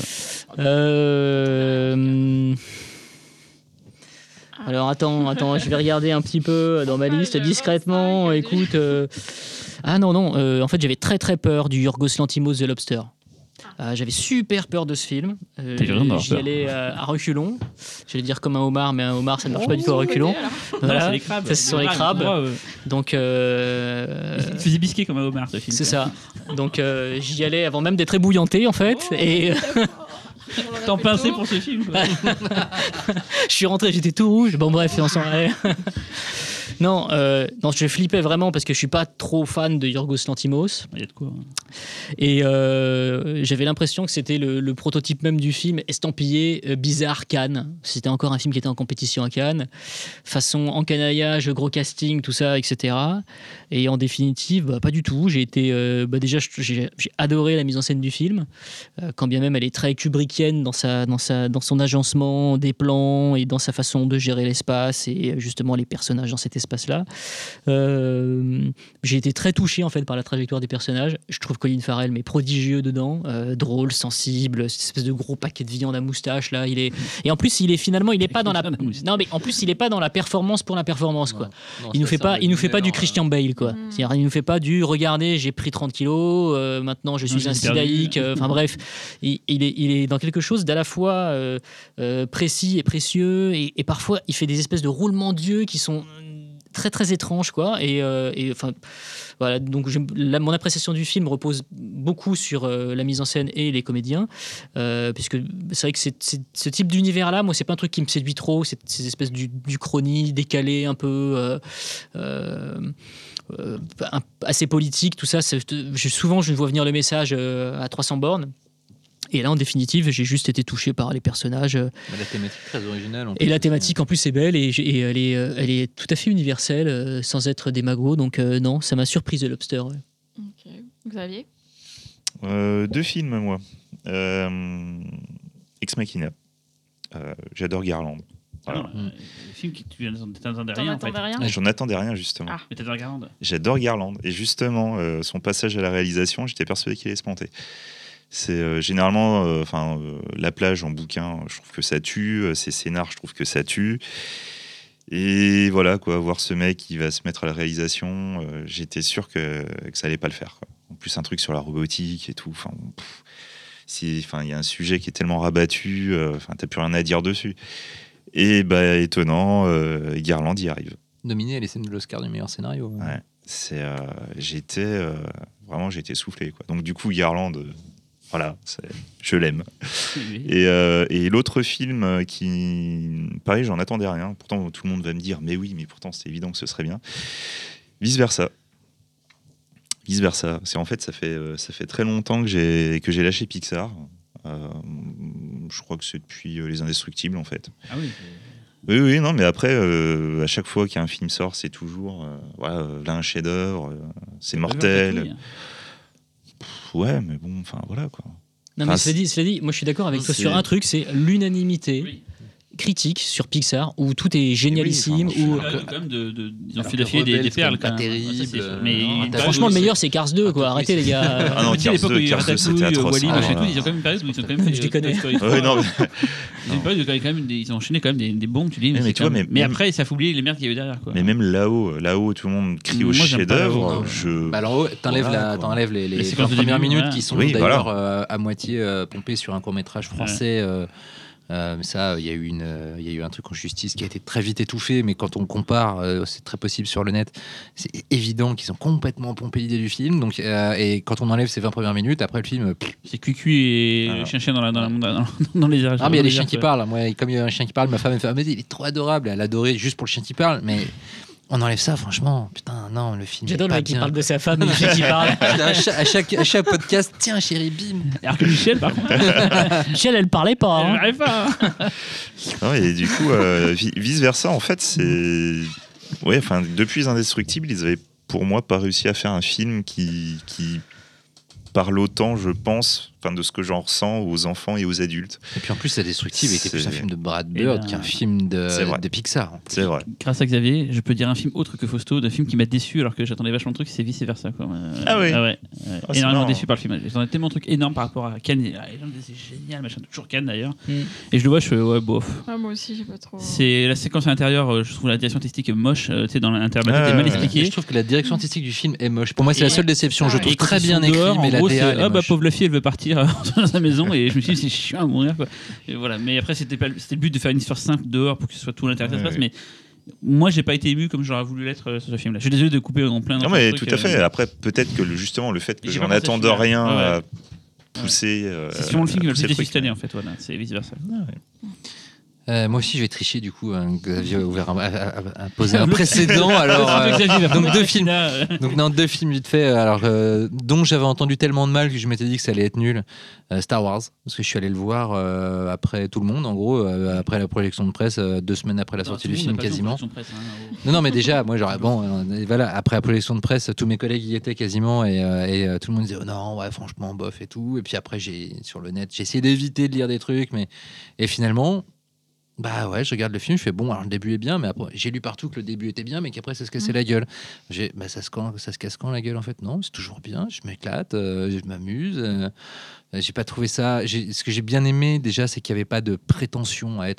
Alors attends, je vais regarder un petit peu dans ma liste discrètement. Écoute, en fait j'avais très très peur du Yorgos Lanthimos The Lobster. J'avais super peur de ce film. J'y allais à reculons. J'allais dire comme un homard, mais un homard ça ne marche pas du tout à reculons. Voilà, c'est les crabes. Ce sont les crabes. Donc, il te faisait bisquer comme un homard ce film. C'est ça. Donc j'y allais avant même d'être ébouillanté en fait. Et t'en pinçais pour ce film quoi. Je suis rentré, j'étais tout rouge. Bon bref, on s'en allait. Non, je flippais vraiment parce que je suis pas trop fan de Yorgos Lanthimos. Il y a de quoi. Et j'avais l'impression que c'était le prototype même du film estampillé bizarre Cannes. C'était encore un film qui était en compétition à Cannes, façon encanaillage, gros casting, tout ça, etc. Et en définitive, pas du tout. J'ai été déjà j'ai adoré la mise en scène du film, quand bien même elle est très kubrickienne dans son agencement des plans et dans sa façon de gérer l'espace et justement les personnages dans cet espace-là. J'ai été très touché en fait par la trajectoire des personnages. Je trouve Colin Farrell mais prodigieux dedans, drôle, sensible, cette espèce de gros paquet de viande à moustache là. Et en plus il est pas dans la performance pour la performance quoi. Il nous fait pas du Christian Bale quoi. C'est-à-dire, il nous fait pas du regardez j'ai pris 30 kilos, maintenant je suis un sidaïque. Enfin bref, il est dans quelque chose d'à la fois précis et précieux et parfois il fait des espèces de roulements d'yeux qui sont très très étrange, quoi. Et enfin, voilà. Donc, mon appréciation du film repose beaucoup sur la mise en scène et les comédiens, puisque c'est vrai que ce type d'univers-là, moi, c'est pas un truc qui me séduit trop. Ces espèces du chrony décalé, un peu assez politique, tout ça. Souvent, je vois venir le message à 300 bornes. Et là, en définitive, j'ai juste été touché par les personnages. La thématique très originale. Et la thématique, en plus, est belle et elle est tout à fait universelle, sans être démago. Donc, non, ça m'a surprise, The Lobster. Ouais. Ok. Xavier ? 2 films, moi. Ex Machina. J'adore Garland. Voilà. Le film qui tu n'attendais T'en rien, en fait. attendais rien ? J'en attendais rien, justement. Ah. Mais t'adores Garland. J'adore Garland. Et justement, son passage à la réalisation, j'étais persuadé qu'il allait se planter. C'est généralement, La plage en bouquin, je trouve que ça tue. Ses scénars, je trouve que ça tue. Et voilà, quoi, voir ce mec qui va se mettre à la réalisation, j'étais sûr que ça allait pas le faire, quoi. En plus, un truc sur la robotique et tout. Il y a un sujet qui est tellement rabattu, t'as plus rien à dire dessus. Et étonnant, Garland y arrive. Nominé à l'essai de l'Oscar du meilleur scénario. Ouais, j'étais soufflé, quoi. Donc du coup, Garland, voilà, je l'aime. Et l'autre film qui, pareil, j'en attendais rien. Pourtant, tout le monde va me dire, mais oui, mais pourtant, c'est évident que ce serait bien. Vice versa. En fait, ça fait très longtemps que j'ai lâché Pixar. Je crois que c'est depuis Les Indestructibles, en fait. Ah oui. Oui, non, mais après, à chaque fois qu'un film sort, c'est toujours là un chef-d'œuvre, c'est mortel. Ouais, mais bon, voilà, quoi. Non, mais cela dit, moi je suis d'accord avec toi sur un truc, c'est l'unanimité critique sur Pixar où tout est génialissime. Ils ont fait d'affilée des perles, quand même. Terrible. Mais franchement, le meilleur, c'est Cars 2, quoi. Arrêtez, les gars. Ah non, à l'époque où il y avait c'était Ratatouille, atroce. Wall-E, machin et tout, ils ont quand même une période où ils ont quand même fait. Je déconne. Ouais, non, ils ont enchaîné quand même des bombes, tu dis. Mais tu vois, mais après, ça fait oublier les merdes qu'il y avait derrière, quoi. Mais même là-haut, tout le monde crie au chef-d'œuvre. Alors, t'enlèves les 20 premières minutes qui sont d'ailleurs à moitié pompées sur un court-métrage français. Mais ça, il y a eu un truc en justice qui a été très vite étouffé, mais quand on compare, c'est très possible sur le net, c'est évident qu'ils ont complètement pompé l'idée du film. Donc, et quand on enlève ces 20 premières minutes, après le film... C'est cucu et chien dans les airs. Ah, mais il y a des chiens qui parlent. Moi, comme il y a un chien qui parle, ma femme me fait « Ah, mais il est trop adorable !» Elle adorait juste pour le chien qui parle, mais... On enlève ça, franchement. Putain, non, le film. J'adore le mec qui parle de sa femme et le chien qui parle. à chaque podcast, tiens, chérie, bim. Alors que Michel, par contre. Michel, elle parlait pas. Elle n'arrive pas. Non, et du coup, vice versa, en fait, c'est. Ouais, depuis Les Indestructibles, ils avaient, pour moi, pas réussi à faire un film qui parle autant, je pense, de ce que j'en ressens aux enfants et aux adultes. Et puis en plus, Indestructible était plus un film de Brad Bird qu'un film de Pixar. C'est vrai. Grâce à Xavier, je peux dire un film autre que Fausto, d'un film qui m'a déçu alors que j'attendais vachement de trucs, c'est Vice Versa, quoi. Ah oui. Énormément déçu par le film. J'en ai tellement de trucs énormes par rapport à Cannes. C'est génial, machin, toujours Cannes d'ailleurs. Et je le vois, je fais bof. Ah, moi aussi, j'ai pas trop. C'est la séquence à l'intérieur, je trouve la direction artistique moche, tu sais, dans l'intérieur, c'est mal expliqué. Je trouve que la direction artistique du film est moche. Pour moi, c'est la seule déception. Je trouve très bien écrit, mais la DA est moche. Pauvre fille, elle veut partir dans sa maison et je me suis dit c'est chiant à mourir, quoi. Et voilà. Mais après c'était le but de faire une histoire simple dehors pour que ce soit tout l'intérieur de l'espace, mais moi j'ai pas été ému comme j'aurais voulu l'être sur ce film là. Je suis désolé de couper en plein. Non mais tout à fait. Après peut-être que justement le fait que j'en attende rien à pousser. C'est sûrement le film qui m'a le plus déçu cette année en fait. Voilà, c'est Vice Versa. Moi aussi, je vais tricher du coup. Xavier a ouvert a posé un précédent. Alors, donc deux films. Donc deux films vite fait. Alors, dont j'avais entendu tellement de mal que je m'étais dit que ça allait être nul. Star Wars, parce que je suis allé le voir après tout le monde, en gros, après la projection de presse, 2 semaines après la sortie du film, quasiment. Non, mais déjà, moi, voilà, après la projection de presse, tous mes collègues y étaient quasiment, et tout le monde disait oh, non, ouais, franchement, bof et tout. Et puis après, sur le net, j'ai essayé d'éviter de lire des trucs, et finalement. Bah ouais, je regarde le film, je fais bon, alors le début est bien, mais après, j'ai lu partout que le début était bien, mais qu'après ça se cassait la gueule. Ça se casse quand la gueule en fait? Non, c'est toujours bien, je m'éclate, je m'amuse. J'ai pas trouvé ça. Ce que j'ai bien aimé déjà, c'est qu'il n'y avait pas de prétention à être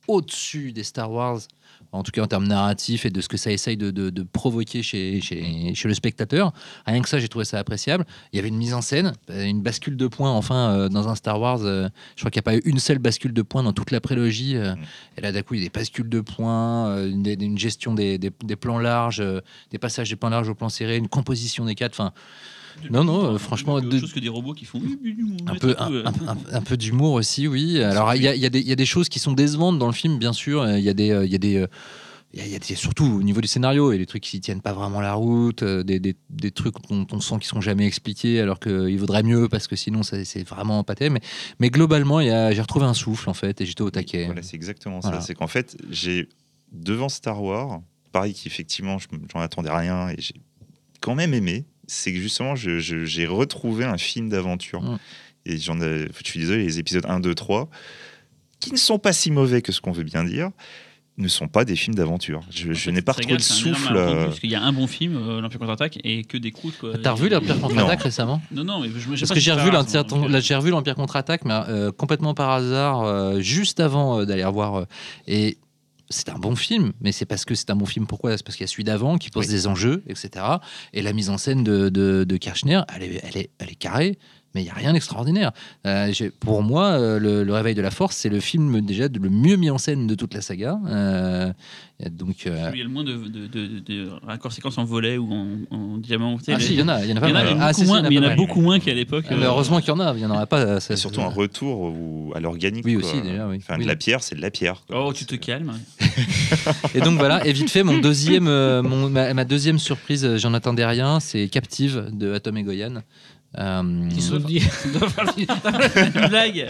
au-dessus des Star Wars, en tout cas en termes narratifs et de ce que ça essaye de provoquer chez le spectateur. Rien que ça, j'ai trouvé ça appréciable. Il y avait une mise en scène, une bascule de points, enfin, dans un Star Wars. Je crois qu'il n'y a pas eu une seule bascule de points dans toute la prélogie. Et là, d'un coup, il y a des bascules de points, une gestion des plans larges, des passages des plans larges au plan serré, une composition des cadres. Enfin, non, franchement, autre chose que des robots qui font un peu d'humour aussi, oui. Alors il y a des choses qui sont décevantes dans le film, bien sûr. Il y a des surtout au niveau du scénario, il y a des trucs qui tiennent pas vraiment la route, des trucs dont on sent qu'ils sont jamais expliqués, alors qu'il vaudrait mieux parce que sinon c'est vraiment empâté. Mais globalement, j'ai retrouvé un souffle en fait, et j'étais au taquet. Voilà, c'est exactement ça. C'est qu'en fait, j'ai devant Star Wars, pareil qu'effectivement, j'en attendais rien et j'ai quand même aimé. C'est que justement, j'ai retrouvé un film d'aventure. Et je suis désolé, les épisodes 1, 2, 3, qui ne sont pas si mauvais que ce qu'on veut bien dire, ne sont pas des films d'aventure. Je n'ai pas retrouvé le souffle. Parce qu'il y a un bon film, l'Empire contre-attaque, et que des croûtes. T'as revu l'Empire contre-attaque récemment ? Non, mais parce que j'ai revu l'Empire contre-attaque, mais complètement par hasard, juste avant d'aller revoir. Et c'est un bon film, mais c'est parce que c'est un bon film. Pourquoi ? C'est parce qu'il y a celui d'avant qui pose des enjeux, etc. Et la mise en scène de Kirchner, elle est carrée, mais il n'y a rien d'extraordinaire. Pour moi, le Réveil de la Force, c'est le film déjà le mieux mis en scène de toute la saga. Donc, il y a le moins de raccords séquences en volet ou en diamant. Ah si, il y en a pas mal. Il y en a beaucoup moins qu'à l'époque. Heureusement qu'il y en a, il n'y en aura pas. C'est surtout un retour à l'organique. Oui, aussi, déjà. Oui. Enfin, de la pierre, c'est de la pierre. Oh, tu te calmes. Et donc voilà, et vite fait, ma deuxième surprise, j'en attendais rien, c'est Captive de Atom et Goyan. Qui se dit. Une blague.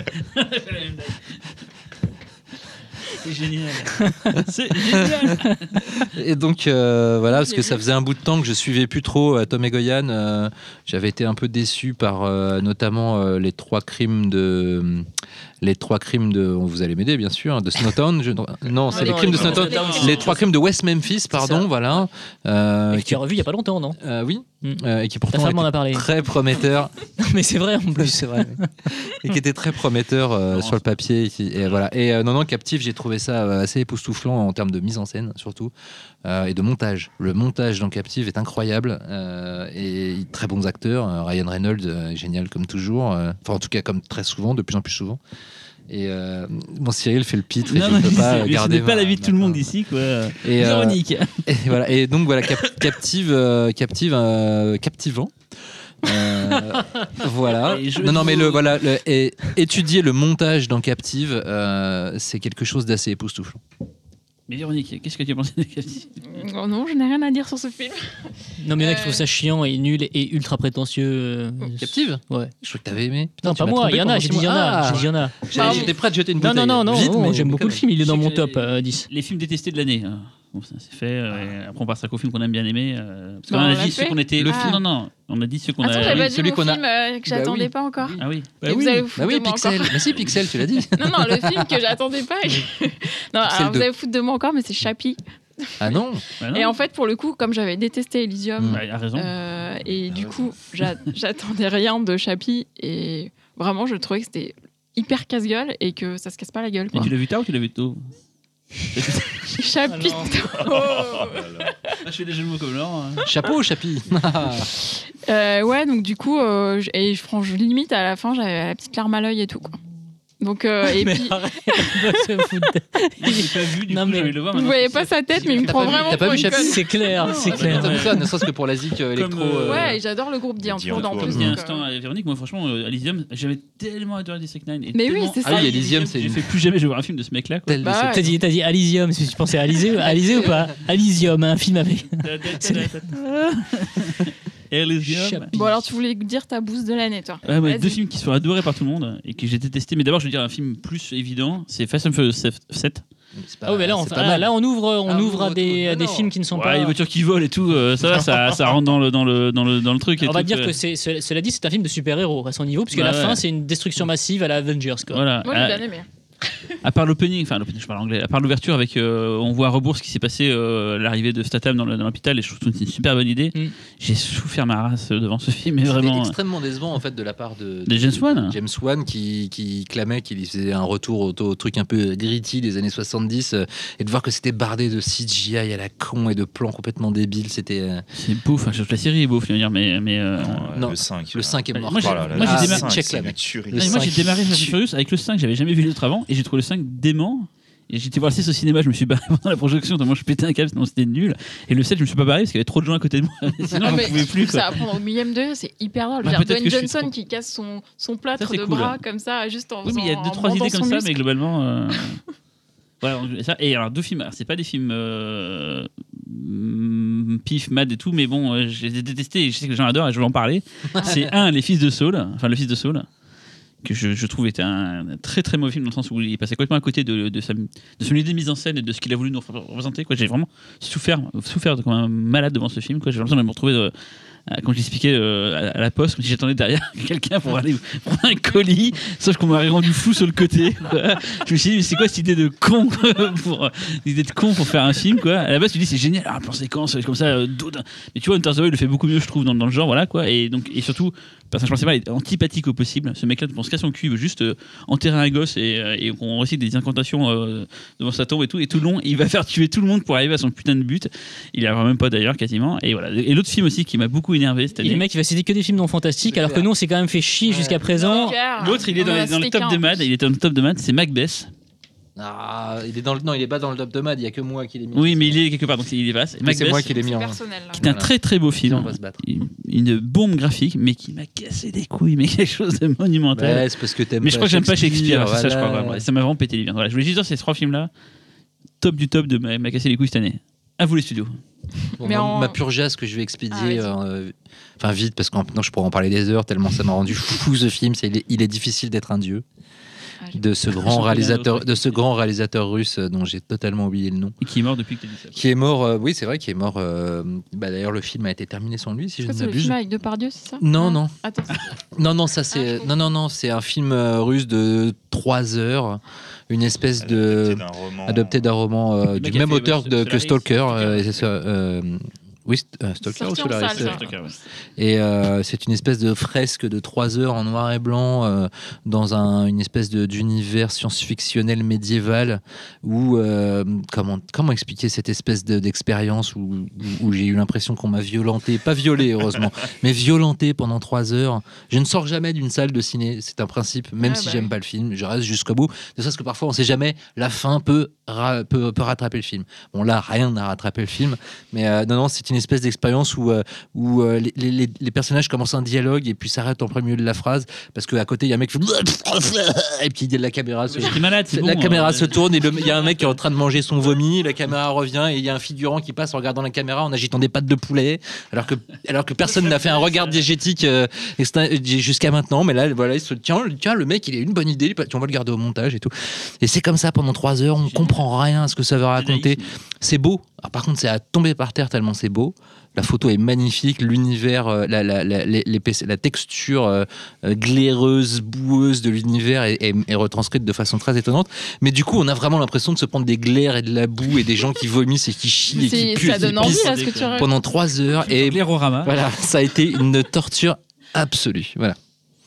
C'est génial. C'est génial. Et donc voilà, parce que ça faisait un bout de temps que je suivais plus trop Tom et Goyan. J'avais été un peu déçu par notamment les trois crimes de. Vous allez m'aider bien sûr, de Snowtown. Non, c'est les crimes de Snowtown. Les trois crimes de West Memphis, pardon, voilà. Que tu as revu il y a pas longtemps, non ? Oui. Et qui pourtant m'en a parlé. Très prometteur. Mais c'est vrai en plus. Oui, c'est vrai. Et qui était très prometteur sur le papier. Et voilà. Et non, Captive, j'ai trouvé ça assez époustouflant en termes de mise en scène surtout et de montage. Le montage dans Captive est incroyable et très bons acteurs. Ryan Reynolds est génial comme toujours. Enfin, en tout cas, comme très souvent, de plus en plus souvent. Et mon Cyril fait le pitre et je ne peux pas garder. Ce n'est pas l'avis de tout le monde ici, quoi. Et ironique. Et voilà. Et donc voilà, captivant. Voilà. Étudier le montage dans Captive, c'est quelque chose d'assez époustouflant. Mais Véronique, qu'est-ce que tu as pensé de Captive ? Oh non, je n'ai rien à dire sur ce film. Non, mais il y en a qui trouvent ça chiant et nul et ultra prétentieux. Captive ? Ouais. Je crois que t'avais aimé. Putain, non, pas moi, il y en a, j'ai dit il y en a. J'étais prêt à te jeter une bouteille. Non, vite, mais j'aime beaucoup le film, il est dans mon top 10. Les films détestés de l'année. Bon, ça c'est fait. Après, on passe à qu'aux films qu'on aime bien aimer. Parce qu'on a dit ceux qu'on était. Non, on a dit ceux qu'on a. Attends, j'avais pas dit celui mon qu'on a. film que j'attendais pas encore. Ah oui. Vous allez vous foutre de moi Pixel. encore. Mais si, Pixel, tu l'as dit. Non, le film que j'attendais pas. Non, alors vous allez vous foutre de moi encore, mais c'est Chappie. Ah non. Et en fait, pour le coup, comme j'avais détesté Elysium, a raison. Et du coup, j'attendais rien de Chappie, et vraiment, je trouvais que c'était hyper casse-gueule et que ça se casse pas la gueule. Mais tu l'as vu tard ou tu l'as vu tôt ? Chappie. Je fais des jeux de mots comme Laurent. Chapeau, Chappie. Ouais, donc du coup, je limite à la fin, j'avais la petite larme à l'œil et tout, quoi. Donc, et puis. Moi, je l'ai pas vu, du coup, je vais le voir maintenant. Vous voyez pas sa tête, mais il me prend vraiment pour une conne. C'est clair, c'est clair. Ne serait-ce que pour la zik électro. Ouais, j'adore le groupe Diantour en plus. Il y a un instant à Véronique, moi, franchement, Elysium, j'avais tellement adoré District 9. Mais oui, c'est ça. Ah oui, Elysium, c'est. J'ai fait plus jamais, je vais voir un film de ce mec-là. T'as dit Elysium, si tu pensais à Alizé ou pas ? Elysium, un film avec. Elysium. Bon, alors tu voulais dire ta bouse de l'année, toi. Ouais, deux films qui sont adorés par tout le monde et que j'ai détesté. Mais d'abord, je veux dire un film plus évident, c'est Fast and Furious 7. Oh, mais là, on ouvre à des films qui ne sont pas. Les voitures qui volent et tout, ça rentre dans le truc. On va dire que cela dit, c'est un film de super-héros à son niveau, puisque la fin, c'est une destruction massive à la Avengers. Quoi. Voilà. Moi, j'ai bien aimé. à part l'opening, je parle anglais, à part l'ouverture avec, on voit à rebours ce qui s'est passé, l'arrivée de Statham dans l'hôpital, et je trouve que c'est une super bonne idée. J'ai souffert ma race devant ce film, mais vraiment. C'était extrêmement décevant en fait de la part de James Wan. James Wan qui clamait qu'il faisait un retour au truc un peu gritty des années 70, et de voir que c'était bardé de CGI à la con et de plans complètement débiles, c'était. C'est beau, la série est beau, je veux dire, mais non, le 5. Le 5 est mort. Moi, j'ai démarré Fast and Furious avec le 5, j'avais jamais vu les autres avant, et j'ai trouvé le 5 dément. Et j'étais voir le 6 au cinéma, je me suis barré pendant la projection, tellement je pétais un câble, sinon c'était nul. Et le 7, je me suis pas barré parce qu'il y avait trop de gens à côté de moi. Sinon, j'en pouvais plus. Ça apprend au millième degré, c'est hyper drôle. Dwayne Johnson qui casse son plâtre de bras comme ça, juste en faisant. Oui, mais il y a 2-3 idées comme ça, mais globalement. Voilà, ça. Et alors, 2 films, alors, c'est pas des films pif, mad et tout, mais bon, je les ai détestés et je sais que les gens adorent et je veux en parler. C'est le fils de Saul, que je trouve était un très très mauvais film dans le sens où il passait complètement à côté de son idée de mise en scène et de ce qu'il a voulu nous représenter. J'ai vraiment souffert comme un malade devant ce film. J'ai l'impression de me retrouver quand j'expliquais à la poste, comme si j'attendais derrière quelqu'un pour aller prendre un colis, sauf qu'on m'aurait rendu fou sur le côté. Quoi. Je me suis dit, mais c'est quoi cette idée de con pour faire un film quoi. À la base, tu dis c'est génial, plan séquence comme ça, mais tu vois, Hunter the Wilder le fait beaucoup mieux, je trouve, dans le genre, voilà quoi. Et surtout, le personnage principal est antipathique au possible. Ce mec-là, tu penses qu'à son cul, il veut juste enterrer un gosse et qu'on récite des incantations devant sa tombe et tout le long, il va faire tuer tout le monde pour arriver à son putain de but. Il y arrivera même pas d'ailleurs, quasiment. Et voilà. Et l'autre film aussi qui m'a beaucoup énervé cette année. Le mec, il va citer que des films non fantastiques, alors que nous, on s'est quand même fait chier jusqu'à présent. L'autre, il est dans le top de Mad. Il était dans le top de Mad, c'est Macbeth. Ah, il est pas dans le top de Mad, il y a que moi qui l'ai mis. Oui, mais il est quelque part, donc il est passe. C'est moi qui l'ai mis en. Qui est un très très beau film. Une bombe graphique, mais qui m'a cassé les couilles, mais quelque chose de monumental. Ouais, c'est parce que t'aimes. Mais je crois que j'aime pas Shakespeare, voilà. ça je crois. Ouais. Ça m'a vraiment pété les biens. Voilà, je voulais juste dire ces 3 films-là, top du top m'a cassé les couilles cette année. À vous les studios. Bon, ma purgeasse que je vais expédier, vite, parce que maintenant je pourrais en parler des heures, tellement ça m'a rendu fou ce film. Il est difficile d'être un dieu. De ce grand réalisateur russe dont j'ai totalement oublié le nom. Et qui est mort depuis que tu as dit ça. Qui est mort, oui, c'est vrai, qui est mort. D'ailleurs, le film a été terminé sans lui, si je ne m'abuse. C'est le film avec Depardieu, c'est ça? Non. Attends. Non, ça c'est. Non, c'est un film russe de 3 heures. Une espèce de. Adapté d'un roman du même auteur que Stalker. Oui, Stalker ou Solaris. Et c'est une espèce de fresque de 3 heures en noir et blanc dans une espèce d'univers science-fictionnel médiéval où comment expliquer cette espèce d'expérience où j'ai eu l'impression qu'on m'a violenté, pas violé heureusement, mais violenté pendant 3 heures. Je ne sors jamais d'une salle de ciné, c'est un principe, même si j'aime pas le film, je reste jusqu'au bout. De ça, parce que parfois on sait jamais, la fin peut rattraper le film. Bon là, rien n'a rattrapé le film, mais non, c'est une espèce d'expérience où les personnages commencent un dialogue et puis s'arrêtent en plein milieu de la phrase parce qu'à côté il y a un mec qui fait et puis la caméra se tourne et il y a un mec qui est en train de manger son vomi, la caméra revient et il y a un figurant qui passe en regardant la caméra en agitant des pattes de poulet alors que personne n'a fait un regard diégétique jusqu'à maintenant, mais là voilà, il se tient le mec il a une bonne idée, on va le garder au montage et tout, et c'est comme ça pendant 3 heures, on comprend rien à ce que ça veut raconter. C'est beau. Alors, par contre, c'est à tomber par terre tellement c'est beau. La photo est magnifique, l'univers, la texture glaireuse, boueuse de l'univers est retranscrite de façon très étonnante. Mais du coup, on a vraiment l'impression de se prendre des glaires et de la boue et des gens qui vomissent et qui chient et qui puent ça donne envie, là, ce que tu racontes. Pendant 3 heures. Et voilà, ça a été une torture absolue. Voilà.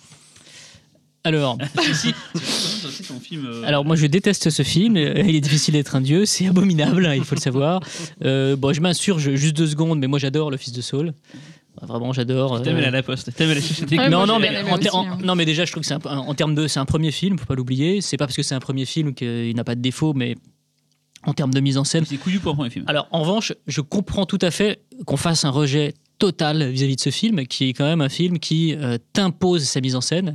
Alors, alors moi je déteste ce film, il est difficile d'être un dieu, c'est abominable, il faut le savoir. Je m'insurge juste 2 secondes, mais moi j'adore Le Fils de Saul. Vraiment, j'adore. T'aimes aller à la poste, t'aimes aller chercher tes non, mais déjà je trouve que c'est un premier film, faut pas l'oublier. C'est pas parce que c'est un premier film qu'il n'a pas de défaut, mais en termes de mise en scène. C'est couillu pour un premier film. Alors en revanche, je comprends tout à fait qu'on fasse un rejet total vis-à-vis de ce film, qui est quand même un film qui t'impose sa mise en scène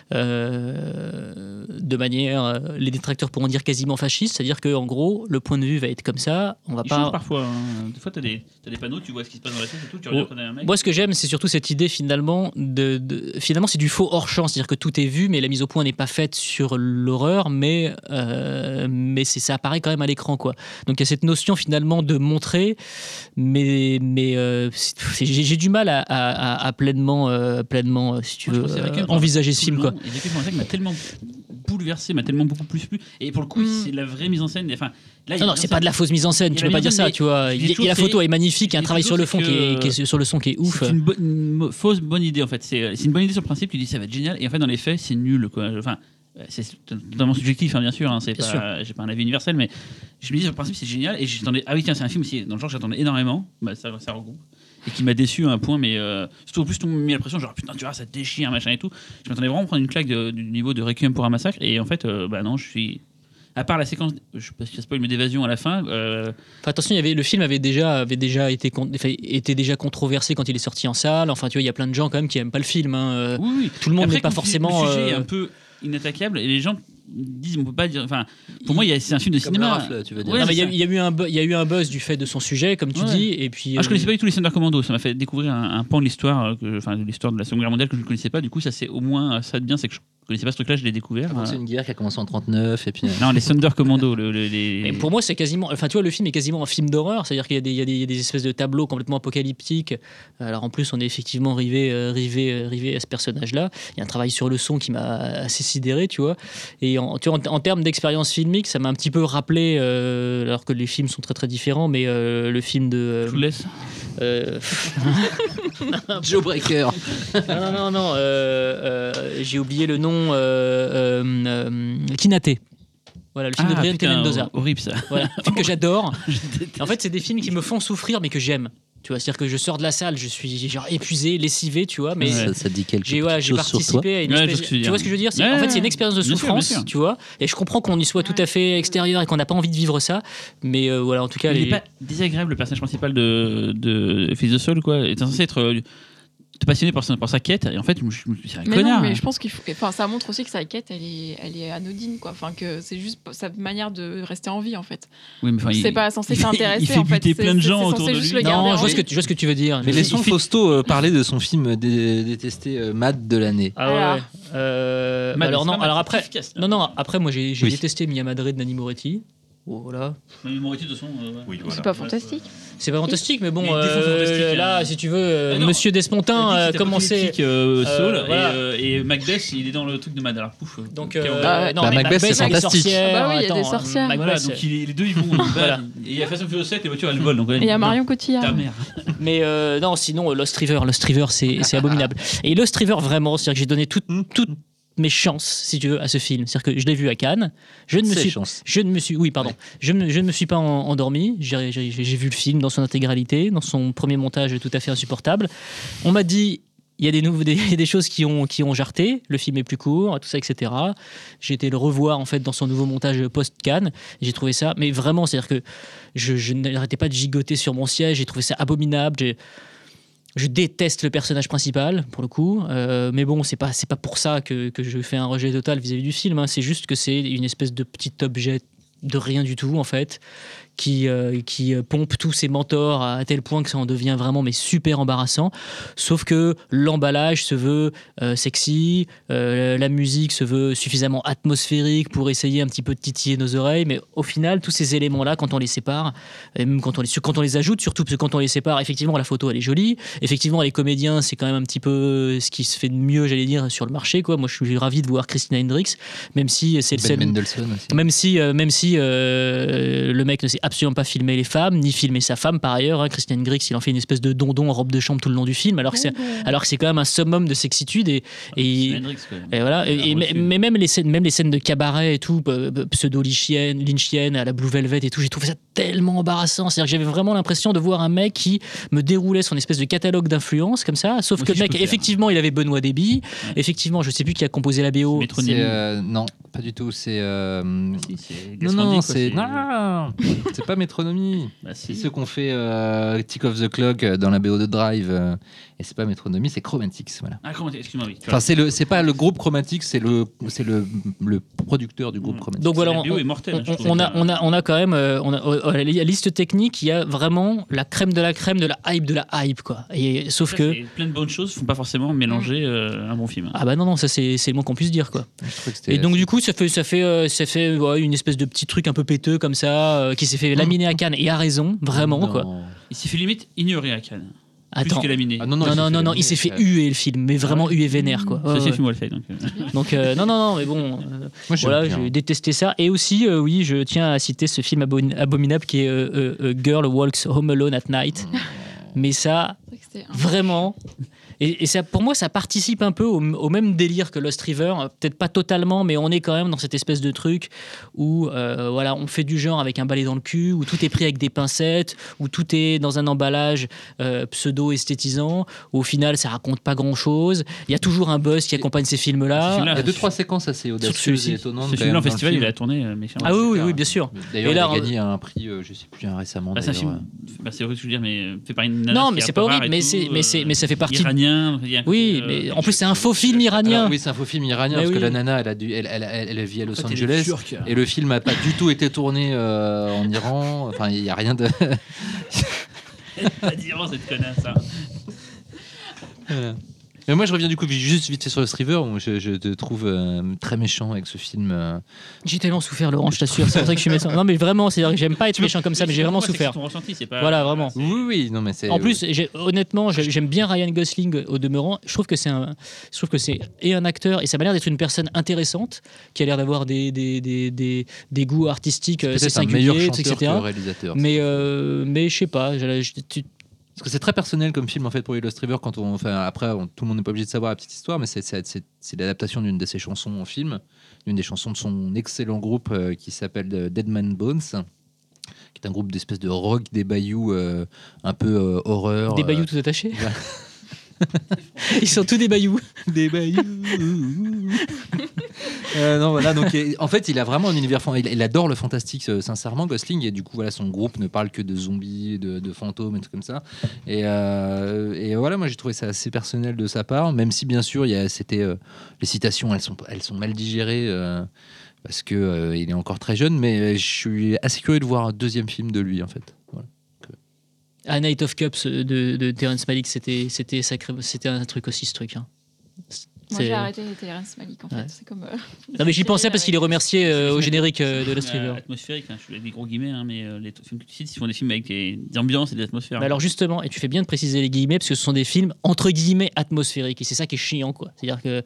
de manière, les détracteurs pourront dire quasiment fasciste, c'est-à-dire qu'en gros, le point de vue va être comme ça. On va pas. Parfois, des fois, t'as des panneaux, tu vois ce qui se passe dans la scène et tout, tu regardes un mec. Moi, ce que j'aime, c'est surtout cette idée finalement finalement, c'est du faux hors champ, c'est-à-dire que tout est vu, mais la mise au point n'est pas faite sur l'horreur, mais ça apparaît quand même à l'écran, quoi. Donc il y a cette notion finalement de montrer, mais j'ai du mal à pleinement si tu veux, envisager ce film, quoi. Et j'ai fait un mec m'a tellement bouleversé, m'a tellement beaucoup plus plu. Et pour le coup, c'est la vraie mise en scène. Enfin, là, non, c'est pas de la fausse mise en scène, tu peux pas dire ça, tu vois. La photo est magnifique, il y a un travail sur le fond qui est sur le son qui est ouf. C'est une fausse bonne idée en fait. C'est une bonne idée sur le principe, tu dis ça va être génial, et en fait, dans les faits, c'est nul, quoi. Enfin, c'est totalement subjectif, hein, bien sûr. J'ai pas un avis universel, mais je me dis sur le principe, c'est génial. Et j'attendais. Ah oui, tiens, c'est un film aussi dans le genre que j'attendais énormément. Ça regroupe. Et qui m'a déçu à un point, mais surtout en plus, tout le monde m'a mis la pression, genre putain, tu vois, ça te déchire, machin et tout. Je m'attendais vraiment à prendre une claque du niveau de Requiem pour un massacre, et en fait, non, je suis. À part la séquence, je sais pas si ça spoil, mais d'évasion à la fin. Attention, le film avait déjà été déjà controversé quand il est sorti en salle. Enfin, tu vois, il y a plein de gens quand même qui aiment pas le film. Hein. Oui. Tout le monde n'est pas forcément. Le sujet est un peu inattaquable, et les gens disent on peut pas dire. Enfin, pour moi, c'est un film de cinéma. Rafle, tu veux dire. Ouais, il y a eu un buzz du fait de son sujet, comme tu dis, et puis. Je connaissais pas du tout les Thunder Commando. Ça m'a fait découvrir un pan de l'histoire, de l'histoire de la Seconde Guerre mondiale que je ne connaissais pas. Du coup, ça c'est au moins ça de bien, c'est que je connaissais pas ce truc-là, je l'ai découvert. C'est une guerre qui a commencé en 39 et puis. Non, les Thunder Commando. Et pour moi, c'est quasiment. Enfin, tu vois, le film est quasiment un film d'horreur. C'est-à-dire qu'il y a des espèces de tableaux complètement apocalyptiques. Alors en plus, on est effectivement rivé à ce personnage-là. Il y a un travail sur le son qui m'a assez sidéré, tu vois. Et en termes d'expérience filmique, ça m'a un petit peu rappelé, alors que les films sont très très différents, mais le film de. Je vous laisse. Joe Breaker. Non. J'ai oublié le nom. Kinate. Voilà, le film de Brian Mendoza. Horrible ça. Voilà, un film que j'adore. En fait, c'est des films qui me font souffrir, mais que j'aime. Tu vois, c'est-à-dire que je sors de la salle, je suis genre épuisé, lessivé, tu vois, mais ça dit quelque chose j'ai participé à une espèce. Tu vois ce que je veux dire? En fait, c'est une expérience de souffrance, bien sûr. Tu vois, et je comprends qu'on y soit tout à fait extérieur et qu'on n'a pas envie de vivre ça, mais voilà, en tout cas, il n'est pas désagréable, le personnage principal de Fils de Saul, quoi. Il est censé être passionné par sa quête, et en fait c'est un connard. Non, mais je pense qu'il faut, enfin, ça montre aussi que sa quête elle est anodine, quoi. Enfin, que c'est juste sa manière de rester en vie, en fait. Oui, mais c'est pas censé s'intéresser. Il fait buter plein de gens autour de lui. Non, je vois ce que tu veux dire. Mais laissons Fausto parler de son film détesté, Mad de l'année. Ah ouais. Alors non, alors après, après moi j'ai détesté Mia Madre de Nanni Moretti. Voilà. Moretti de son. C'est pas fantastique. C'est pas fantastique, mais bon, là, si tu veux, Monsieur Despontin commençait. Saul et Macbeth, il est dans le truc de Mad. Alors pouf. Donc, Macbeth, c'est fantastique. Bah oui, il y a des sorcières. Voilà, donc les deux ils vont. Et il y a Fast and Furious 7, les voitures elles volent. Et il y a Marion Cotillard. Ta mère. Mais non, sinon Lost River, c'est abominable. Et Lost River, vraiment, c'est-à-dire que j'ai donné toute mes chances, si tu veux, à ce film. C'est-à-dire que je l'ai vu à Cannes. Je ne me suis pas endormi. J'ai vu le film dans son intégralité, dans son premier montage tout à fait insupportable. On m'a dit, il y a des choses qui ont jarté. Le film est plus court, tout ça, etc. J'ai été le revoir en fait dans son nouveau montage post-Cannes. J'ai trouvé ça, mais vraiment, c'est-à-dire que je n'arrêtais pas de gigoter sur mon siège. J'ai trouvé ça abominable. Je déteste le personnage principal, pour le coup, mais bon, c'est pas pour ça que je fais un rejet total vis-à-vis du film, hein. C'est juste que c'est une espèce de petit objet de rien du tout, en fait, qui pompe tous ses mentors à tel point que ça en devient vraiment super embarrassant. Sauf que l'emballage se veut sexy, la musique se veut suffisamment atmosphérique pour essayer un petit peu de titiller nos oreilles, mais au final, tous ces éléments-là, quand on les sépare, et même quand on les ajoute, surtout parce que quand on les sépare, effectivement, la photo, elle est jolie. Effectivement, les comédiens, c'est quand même un petit peu ce qui se fait de mieux, j'allais dire, sur le marché, quoi. Moi, je suis ravi de voir Christina Hendricks, même si c'est le seul... Mendelssohn aussi. Même si le mec ne sait absolument pas filmer les femmes, ni filmer sa femme par ailleurs, hein. Christian Griggs, il en fait une espèce de dondon en robe de chambre tout le long du film, alors que c'est quand même un summum de sexitude et voilà. Mais même les scènes de cabaret et tout, pseudo lynchienne à la Blue Velvet et tout, j'ai trouvé ça tellement embarrassant. C'est-à-dire que j'avais vraiment l'impression de voir un mec qui me déroulait son espèce de catalogue d'influence comme ça, sauf que le mec, effectivement, il avait Benoît Deby, effectivement, je sais plus qui a composé la BO. Non, pas du tout, c'est non, c'est pas Métronomie. C'est ceux qu'on fait Tick of the Clock dans la BO de Drive. Et c'est pas Métronomie, c'est Chromatics. Voilà. Ah, Chromatics, excuse-moi, oui. Enfin, c'est pas le groupe Chromatics, c'est le producteur du groupe Chromatics. Donc voilà, la BO est mortelle, on a quand même, à la liste technique, il y a vraiment la crème de la hype de la hype, quoi. Et sauf que plein de bonnes choses font pas forcément mélanger un bon film. Ah bah non, ça c'est le moins qu'on puisse dire, quoi. Et donc du coup, ça fait une espèce de petit truc un peu péteux comme ça, qui s'est fait laminer à Cannes, et a raison, vraiment, quoi. Il s'est fait limite ignorer à Cannes. Plus que laminé. Ah, Non, il s'est fait huer le film, mais vraiment huer vénère quoi. Ça, Ouais, c'est ouais. le film, on le fait. Donc non, mais bon, Moi, j'aime voilà, bien. j'ai détesté ça. Et aussi, oui, je tiens à citer ce film abominable qui est Girl Walks Home Alone at Night. Mais ça, C'est vrai que c'était un- vraiment. Et ça, pour moi, ça participe un peu au même délire que Lost River. Peut-être pas totalement, mais on est quand même dans cette espèce de truc où voilà, on fait du genre avec un balai dans le cul, où tout est pris avec des pincettes, où tout est dans un emballage pseudo-esthétisant, où au final, ça raconte pas grand-chose. Il y a toujours un buzz qui accompagne ces Ce films-là. film-là, Il y a 2-3 séquences assez audacieuses celui-ci. et étonnantes. Ce quand film-là, en même, dans le festival, film. il a tourné méchamment. Ah oui, bien sûr. D'ailleurs, Et là, il a gagné un prix, je sais plus, récemment. Bah, c'est un d'ailleurs. film. Bah, c'est vrai que je veux dire, mais fait par une nana. Non, qui mais est c'est un pas peu rare horrible, et mais tout, ça fait partie. Iranien. Il y a un Oui, côté, mais en plus, c'est un faux film iranien. Alors, oui, c'est un faux film iranien Mais parce que oui. la nana, elle vit à Los En fait, elle est Angeles turque. et le film n'a pas du tout été tourné en Iran. Enfin, il n'y a rien de. Pas d'Iran, cette connasse. Hein. Mais moi, je reviens du coup juste vite fait sur Lost River. Où je te trouve très méchant avec ce film. J'ai tellement souffert, Laurent, je t'assure. C'est pour ça que je suis méchant. Non, mais vraiment, c'est-à-dire que j'aime pas être méchant comme ça, mais j'ai vraiment Moi, c'est souffert. ton ressenti, c'est pas. Voilà, vraiment. Oui, non, mais c'est. En plus, honnêtement, j'aime bien Ryan Gosling au demeurant. Je trouve que c'est un acteur et ça m'a l'air d'être une personne intéressante qui a l'air d'avoir des goûts artistiques assez peut-être un meilleur singuliers, chanteur etc. que réalisateur. Mais je sais pas. Parce que c'est très personnel comme film en fait pour Lost River. Quand tout le monde n'est pas obligé de savoir la petite histoire, mais c'est l'adaptation d'une de ses chansons en film, d'une des chansons de son excellent groupe qui s'appelle Dead Man Bones, qui est un groupe d'espèces de rock des bayous un peu horreur. Des bayous tout attachés. Ils sont tous des bayous. Des bayous. Non, voilà, donc en fait, il a vraiment un univers. Il adore le fantastique, sincèrement, Gosling. Et du coup, voilà, son groupe ne parle que de zombies, de fantômes et tout comme ça. Et voilà, moi, j'ai trouvé ça assez personnel de sa part, même si bien sûr, les citations, elles sont mal digérées. Parce que il est encore très jeune, mais je suis assez curieux de voir un deuxième film de lui, en fait. Voilà. A Night of Cups de Terrence Malick, c'était sacré, c'était un truc aussi ce truc. Hein. Moi, j'ai arrêté Terrence Malick en fait. Ouais. C'est comme. Non mais j'y pensais parce qu'il est remercié au générique de Lost River. Atmosphérique, hein, je suis avec des gros guillemets, hein, mais les films que tu cites, ils font des films avec des ambiances et des atmosphères. Bah alors justement, et tu fais bien de préciser les guillemets parce que ce sont des films entre guillemets atmosphériques et c'est ça qui est chiant quoi. C'est-à-dire que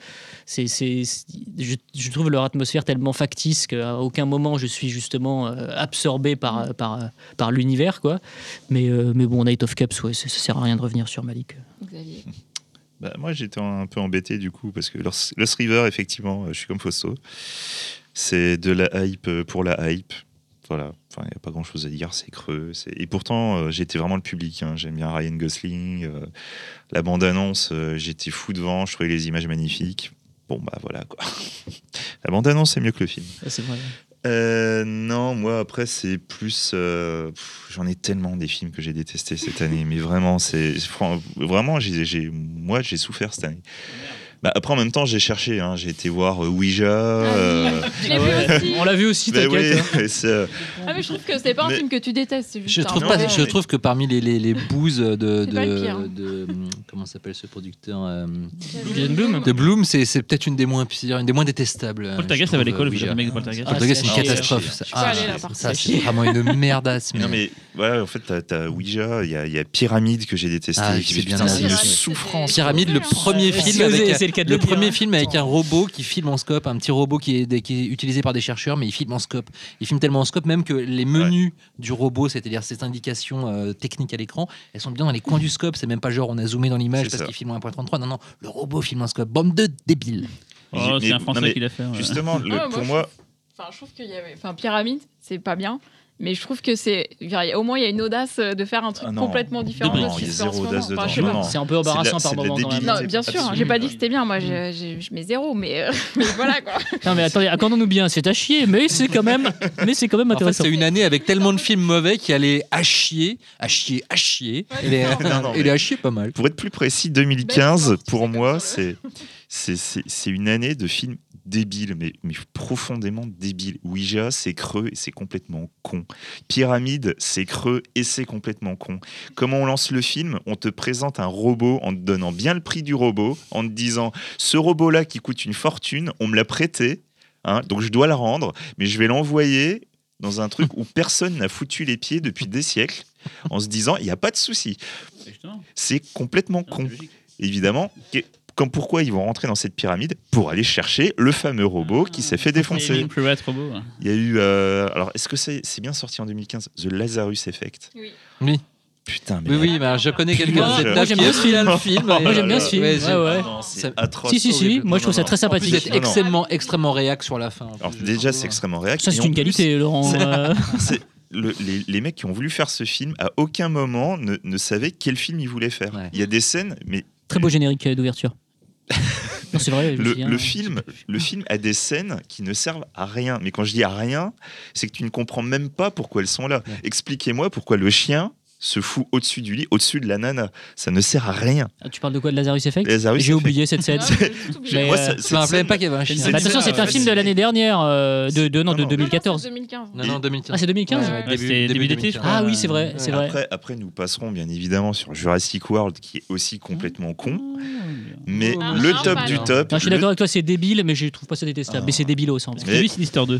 je trouve leur atmosphère tellement factice qu'à aucun moment je suis justement absorbé par l'univers quoi. Mais bon, Night of Cups, ouais, ça sert à rien de revenir sur Malick. Xavier. Bah, moi, j'étais un peu embêté du coup, parce que Lost River, effectivement, je suis comme Fausto. C'est de la hype pour la hype. Voilà, enfin, il n'y a pas grand chose à dire, c'est creux. Et pourtant, j'étais vraiment le public. Hein. J'aime bien Ryan Gosling. La bande-annonce, j'étais fou devant, je trouvais les images magnifiques. Bon, bah voilà quoi. La bande-annonce, c'est mieux que le film. C'est vrai. Non, moi après c'est plus. J'en ai tellement des films que j'ai détestés cette année, mais vraiment vraiment moi j'ai souffert cette année. Bah, après en même temps j'ai cherché, hein, j'ai été voir Ouija. Je l'ai vu aussi. On l'a vu aussi, Bah t'inquiète. oui, hein. c'est, Ah, mais je trouve que c'est pas un Mais- film que tu détestes. C'est juste Je trouve, un- pas, Non, je mais- trouve que parmi les bouses C'est pas le pire, hein. de comment s'appelle ce producteur Jason Blum. de Bloom, c'est peut-être une des moins pires, une des moins détestables. Poltergeist, je ça va à trouve, l'école, vous Ouija. avez un mec de Poltergeist. Poltergeist, c'est une c'est catastrophe. chier. Ça, Je peux aller là, par ça, contre. c'est vraiment une merdasse. Non mais voilà, en fait t'as Ouija, il y a Pyramide que j'ai détesté. Ah, qui c'est fait, bien putain, naze. c'est une Pyramide, souffrance. c'était- Pyramide, le Ouais, premier c'est film osé, avec c'est le cas de le dire, premier hein. film avec un robot qui filme en scope, un petit robot qui est utilisé par des chercheurs, mais il filme en scope. Il filme tellement en scope même que les menus du robot, c'est-à-dire ces indications techniques à l'écran, elles sont bien dans les coins du scope. C'est même pas genre on a zoomé dans l'image C'est parce ça. qu'il filme en 1.33. Non, le robot filme en scope. Bande de débiles. Oh, Mais- c'est un non, Français mais qui l'a fait. Ouais. Justement, moi, pour je moi, Enfin, je trouve qu'il y avait. Enfin, Pyramide, c'est pas bien. Mais je trouve que c'est. Au moins, il y a une audace de faire un truc Ah non. complètement différent Non, de ce il y qui a se fait en ce zéro audace moment. Enfin, dedans. je sais Non, pas. non. C'est un peu embarrassant C'est par de la moment quand même. débilité. Non, bien sûr, Absolument. j'ai pas dit que c'était bien. Moi, je mets 0, mais voilà quoi. Non mais attendez, accordons-nous bien, c'est à chier, mais c'est quand même En fait, intéressant. c'est une année avec tellement de films mauvais qui allaient à chier. Il est à chier pas mal. pour être plus précis, 2015, Belle pour sortie, moi, comme ça, c'est une année de films débiles, mais profondément débiles. Ouija, c'est creux et c'est complètement con. Pyramide, c'est creux et c'est complètement con. Comment on lance le film? On te présente un robot en te donnant bien le prix du robot, en te disant ce robot-là qui coûte une fortune, on me l'a prêté, hein, donc je dois le rendre, mais je vais l'envoyer dans un truc où personne n'a foutu les pieds depuis des siècles. en se disant, il n'y a pas de souci. Justement. C'est complètement Non, con. c'est logique. Évidemment, comme pourquoi ils vont rentrer dans cette pyramide pour aller chercher le fameux robot qui s'est fait défoncer. Flaming Private Robot. Il y a eu... alors, est-ce que c'est bien sorti en 2015 The Lazarus Effect. Oui. Putain, mais... Oui, bah, je connais quelqu'un Moi, de cette moi, table j'aime qui bien aussi a le film. Moi, j'aime bien ce film. Ouais, Ouais. Non, c'est Ça- atroce. Si. Moi, je trouve ça très En plus, sympathique. c'est extrêmement réac sur la fin. en Alors plus, je déjà, trouve. c'est extrêmement réactif. Ça, c'est une qualité, Laurent. Les mecs qui ont voulu faire ce film, à aucun moment ne savaient quel film ils voulaient faire. Ouais. Il y a des scènes, mais Très beau générique d'ouverture. Non, c'est vrai. je me souviens. le film a des scènes qui ne servent à rien. Mais quand je dis à rien, c'est que tu ne comprends même pas pourquoi elles sont là. Ouais. Expliquez-moi pourquoi le chien se fout au-dessus du lit, au-dessus de la nana. Ça ne sert à rien. Ah, tu parles de quoi, de Lazarus Effect? Lazarus J'ai Effect. oublié cette scène. Mais Moi, euh, ça- Je cette me rappelais scène- pas qu'il y avait un chien. C'est Bah, attention, c'est un film de l'année dernière, de Non, 2014. 2015. Non, 2015. Ah, c'est 2015. Ouais, c'est début d'été, je crois. Ah oui, c'est vrai, c'est vrai. Après, nous passerons bien évidemment sur Jurassic World, qui est aussi complètement con. Mais Ah, le non, top pas du non. top. Non, je suis d'accord avec toi, c'est débile, mais je trouve pas ça détestable. Ah. Mais c'est débile au sens. Est-ce que tu as vu Sinister 2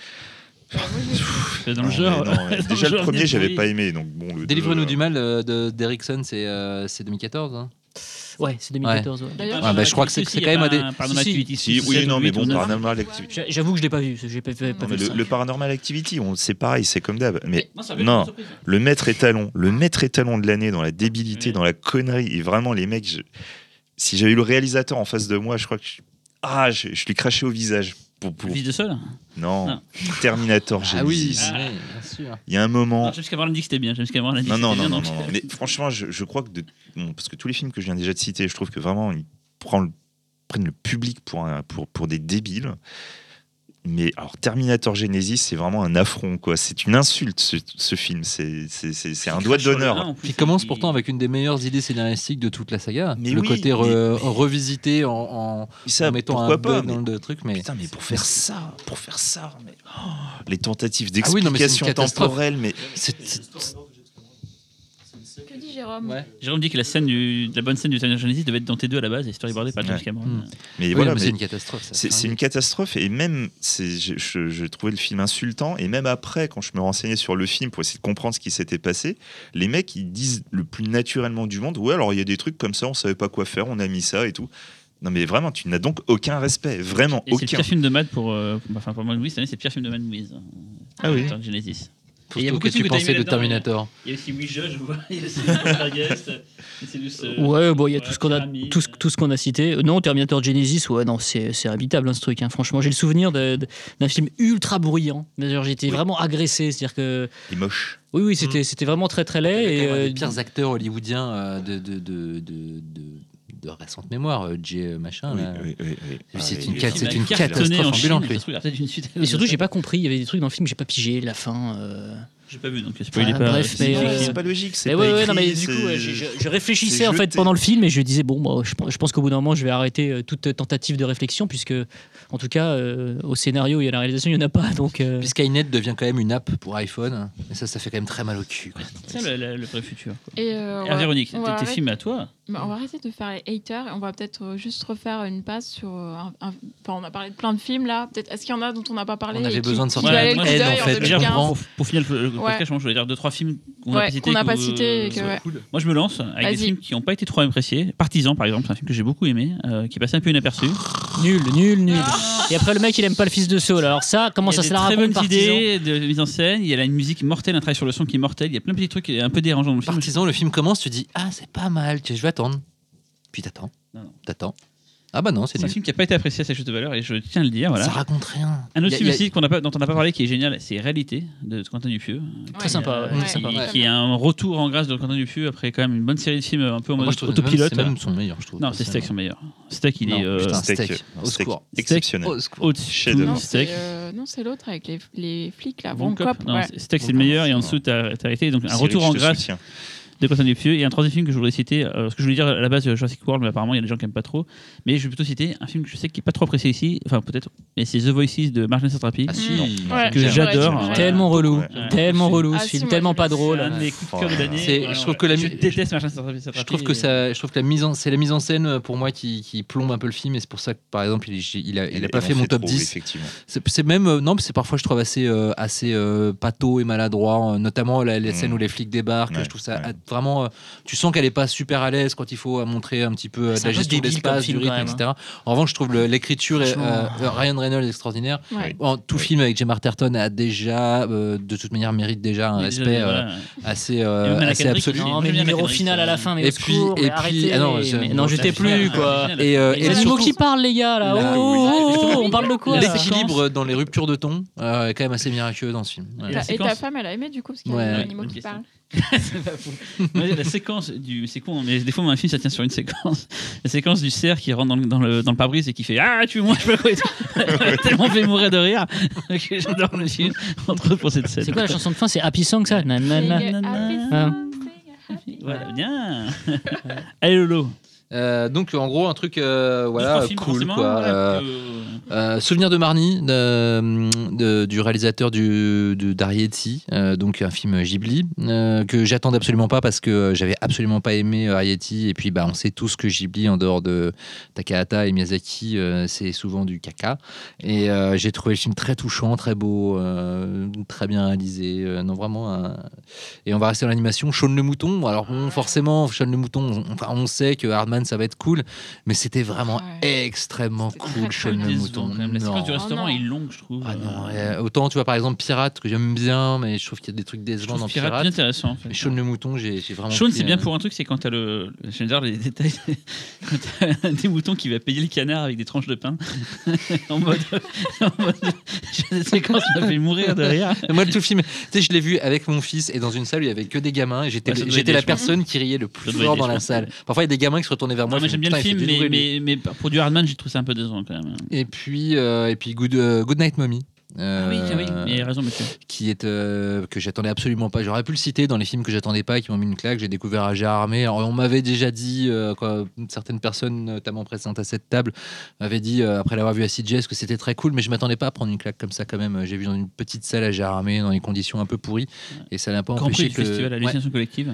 C'est dans le genre. Déjà, le genre premier, j'avais pourri. pas aimé. Donc, bon, le Délivre-nous deux, du mal d'Erickson, c'est 2014. Hein. Ouais, c'est 2014. Ouais. D'ailleurs, Ah, bah, je crois que c'est quand même un des- Paranormal Si, si. Activity Si, 6, oui, 7, non, mais 8, bon, 9. Paranormal Activity. J'avoue que je l'ai pas vu. J'ai pas Non, mais vu ça. le Paranormal Activity, c'est pareil, c'est comme d'hab. Mais Non, ça avait non, une surprise. le maître étalon de l'année dans la débilité, Oui. dans la connerie. Et vraiment, les mecs, si j'avais eu le réalisateur en face de moi, je crois que je lui crachais au visage. Pour... Fils de sol. Non, Non. Terminator Ah oui, Genesis. bien sûr. Il y a un moment. Non, James Cameron dit que c'était bien. James Cameron a dit Non, que non, c'était non, bien, non, donc, non. Mais franchement, je crois que bon, parce que tous les films que je viens déjà de citer, je trouve que vraiment ils prennent le public pour des débiles. Mais alors Terminator Genesis, c'est vraiment un affront, quoi. C'est une insulte ce film. C'est un il doigt crache sur le d'honneur. nain, en plus, Qui commence il- pourtant avec une des meilleures idées scénaristiques de toute la saga. Mais le oui, côté mais- revisité en Ça, mettant pourquoi un pas bug dans le truc. Mais Putain, mais pour faire ça, mais les tentatives Ah oui, non, mais c'est une d'explication catastrophe. temporelle, mais Que dit Jérôme? Ouais. Jérôme dit que la bonne scène du Terminator Genesis devait être dans T2 à la base et storyboardée par James Ouais. Cameron. mais Oui, voilà, mais mais c'est une catastrophe. ça. c'est une catastrophe. Et même, je trouvais le film insultant. Et même après, quand je me renseignais sur le film pour essayer de comprendre ce qui s'était passé, les mecs, ils disent le plus naturellement du monde, ouais, alors il y a des trucs comme ça, on savait pas quoi faire, on a mis ça et tout. Non mais vraiment, tu n'as donc aucun respect, vraiment Et c'est le aucun. pire film de Mad pour moi, Louis, cette année, c'est le pire film de Mad Louise. Ah oui. Terminator Genesis. Et il y a Surtout beaucoup que de films tu que t'as pensais aimé de là-dedans, Terminator. Il y a aussi Ouija, je vois. Il y a aussi Poltergeist. Et c'est juste, Ouais, bon, il y a tout ce qu'on a, Pyramide. tout ce qu'on a cité. Non, Terminator Genesis, ouais, non, c'est habitable hein, ce truc. Hein. Franchement, j'ai le souvenir d'un film ultra bruyant. D'ailleurs, j'étais Oui. vraiment agressé, c'est-à-dire que Il est moche. oui, c'était vraiment très très Il y laid. a Et, quand même un des pires acteurs hollywoodiens de récente mémoire, Jay machin. Oui, là. oui, oui, oui. C'est Ah, une oui, cat- oui, c'est oui. une Cartonné catastrophe en Chine, ambulante, ça lui. se trouve, il y a peut-être une suite. et surtout, j'ai pas compris. Il y avait des trucs dans le film que j'ai pas pigé, la fin. J'ai pas vu, donc spoilez Ah, pas. bref, c'est mais, difficile. C'est pas logique, c'est Mais pas ouais, écrit, non, mais du coup, c'est- je réfléchissais c'est en fait jeté. pendant le film et je disais bon, moi, je pense qu'au bout d'un moment, je vais arrêter toute tentative de réflexion puisque, en tout cas, au scénario et à la réalisation, il y en a pas. Donc, Puis Skynet devient quand même une app pour iPhone. Et ça fait quand même très mal au cul. quoi. C'est le vrai futur. Et Véronique, on va tes films à toi. on va arrêter de faire les haters et on va peut-être juste refaire une passe sur. Enfin, on a parlé de plein de films là. Peut-être est-ce qu'il y en a dont on n'a pas parlé On avait et qui- besoin de qui sortir valaient une le coup haine, d'œil en fait, 2015? déjà, Pour finir le Ouais. podcast, je voulais dire 2-3 films qu'on Ouais, n'a pas cités. qu'on n'a pas que- cités et que, ouais. Moi, je me lance avec des Vas-y. films qui n'ont pas été trop appréciés. Partisan, par exemple, c'est un film que j'ai beaucoup aimé, qui est passé un peu inaperçu. nul. Et après, le mec, il aime pas le fils de Saul. Alors ça, comment Il y ça a se des la très raconte, bonnes Partisan idées de mise en scène. Il y a une musique mortelle, un travail sur le son qui est mortel. Il y a plein de petits trucs un peu dérangeants dans le film. Partisan, le film commence, tu dis ah c'est pas mal, je vais attendre. Puis t'attends, Non, non. t'attends. Ah bah non, c'est C'est un nul. film qui n'a pas été apprécié à sa juste valeur et je tiens à le dire. Voilà. Ça raconte rien. Un autre Y a- film y a- aussi dont on n'a pas parlé qui est génial, c'est Réalité de Quentin Dupieux. Très sympa, ouais, Ouais, sympa. ouais. Qui est un retour en grâce de Quentin Dupieux après quand même une bonne série de films un peu en Moi, mode je trouve autopilote. c'est même son meilleur, je trouve. Non, c'est Steak son meilleur. Steak, il Non, est putain, Steak, steak. Au steak secours. exceptionnel. Au secours. au-dessus. Chef-d'œuvre. Non, Steak. c'est l'autre avec les flics là. Bon Bon Cop. Cop. Non, Ouais. Steak, c'est Bon le meilleur Cop, et en c'est dessous, t'as Réalité. Donc un Cyril, retour en je te grâce. soutiens. de Quentin Dupieux. Et un troisième film que je voudrais citer, ce que je voulais dire à la base, Jurassic World, mais apparemment il y a des gens qui n'aiment pas trop. Mais je vais plutôt citer un film que je sais qui n'est pas trop apprécié ici, enfin peut-être, mais c'est The Voices de Marjane Satrapi. Ah si, que j'adore. Tellement relou, Ouais. tellement relou Ah, ce si, film, moi, tellement je pas l'ai- drôle. Un des coups de cœur de l'année. Je trouve que je déteste Marjane Satrapi. Je trouve que c'est la mise en scène pour moi qui plombe un peu le film, et c'est pour ça que par exemple il a pas fait mon top 10. Effectivement. C'est même non, mais c'est parfois je trouve assez pâteau et maladroit, notamment les scènes où les flics débarquent. Ouais, Je trouve ça ouais. vraiment. Tu sens qu'elle est pas super à l'aise quand il faut montrer un petit peu de C'est la un peu gestion de débile comme l'espace, du film, rythme, quand même, etc. En revanche, je trouve l'écriture et Franchement. Ryan Reynolds extraordinaire. Ouais. Tout film avec Gemma Arterton a déjà, de toute manière, mérite déjà un respect assez absolu. Non, mais le numéro final à la fin, mais Et au puis- secours, et mais puis- arrêtez. ah non, Mais non, j'étais plus, quoi. Et Les animaux surtout- qui parlent, les gars, là. Là, On parle de quoi là l'équilibre dans les ruptures de ton est quand même assez miraculeux dans ce film. Ouais. La Et ta séquence- femme, elle a aimé du coup, parce qu'il y Ouais. a des Ouais. animaux Bonne qui question. parlent. C'est pas fou. Ouais, la séquence du. C'est con, mais des fois, un film, ça tient sur une séquence. La séquence du cerf qui rentre dans le pare-brise et qui fait Ah, tue-moi, je peux pas quoi. Tellement fait mourir de rire. Que j'adore le film, entre autres pour cette scène. C'est quoi la chanson de fin? C'est Happy Song, ça? Nanana. Ah. Voilà, bien. Allez, Lolo. Donc en gros un truc Deux, voilà trois films, cool forcément, quoi. voilà, Souvenir de Marnie du réalisateur d'Arietti, donc un film Ghibli que j'attendais absolument pas parce que j'avais absolument pas aimé Arietti, et puis on sait tous que Ghibli en dehors de Takahata et Miyazaki c'est souvent du caca, et j'ai trouvé le film très touchant, très beau, très bien réalisé, non vraiment et on va rester dans l'animation. Shaun le mouton, alors bon, forcément Shaun le mouton, on sait que Hardman ça va être cool, mais c'était vraiment extrêmement cool Shaun le mouton. La séquence du Non. restaurant Oh, non. est longue, je trouve. Ah non, autant tu vois par exemple Pirate que j'aime bien, mais je trouve qu'il y a des trucs Je décevants dans trouve Pirate Pirate. bien intéressant en fait. Mais Shaun le mouton, j'ai vraiment. Shaun, pris, c'est bien pour un truc, c'est quand t'as je vais dire les détails, quand t'as des moutons qui va payer le canard avec des tranches de pain, en mode, cette séquence m'a fait mourir de rire. Moi, tout le film, tu sais, je l'ai vu avec mon fils et dans une salle où il y avait que des gamins, et j'étais Ouais, ça doit j'étais aider, la je pense. personne qui riait le plus Ça doit fort aider, dans je la pense. salle. Parfois, il y a des gamins qui se retournaient vers moi. Non, mais je j'aime me bien le disais, film, putain, il fait du bruit, lui. mais pour du Hardman, j'ai trouvé ça un peu décevant quand même. Et puis Good Night Mommy. Oui, mais raison, monsieur. Qui est que j'attendais absolument pas. J'aurais pu le citer dans les films que j'attendais pas et qui m'ont mis une claque. J'ai découvert à Gérard Armé. Alors, on m'avait déjà dit, certaines personnes, notamment présentes à cette table, m'avaient dit après l'avoir vu à CJS que c'était très cool, mais je m'attendais pas à prendre une claque comme ça quand même. J'ai vu dans une petite salle à Gérard Armé, dans des conditions un peu pourries, et ça n'a pas Grand prix empêché du que. festival Hallucination collective.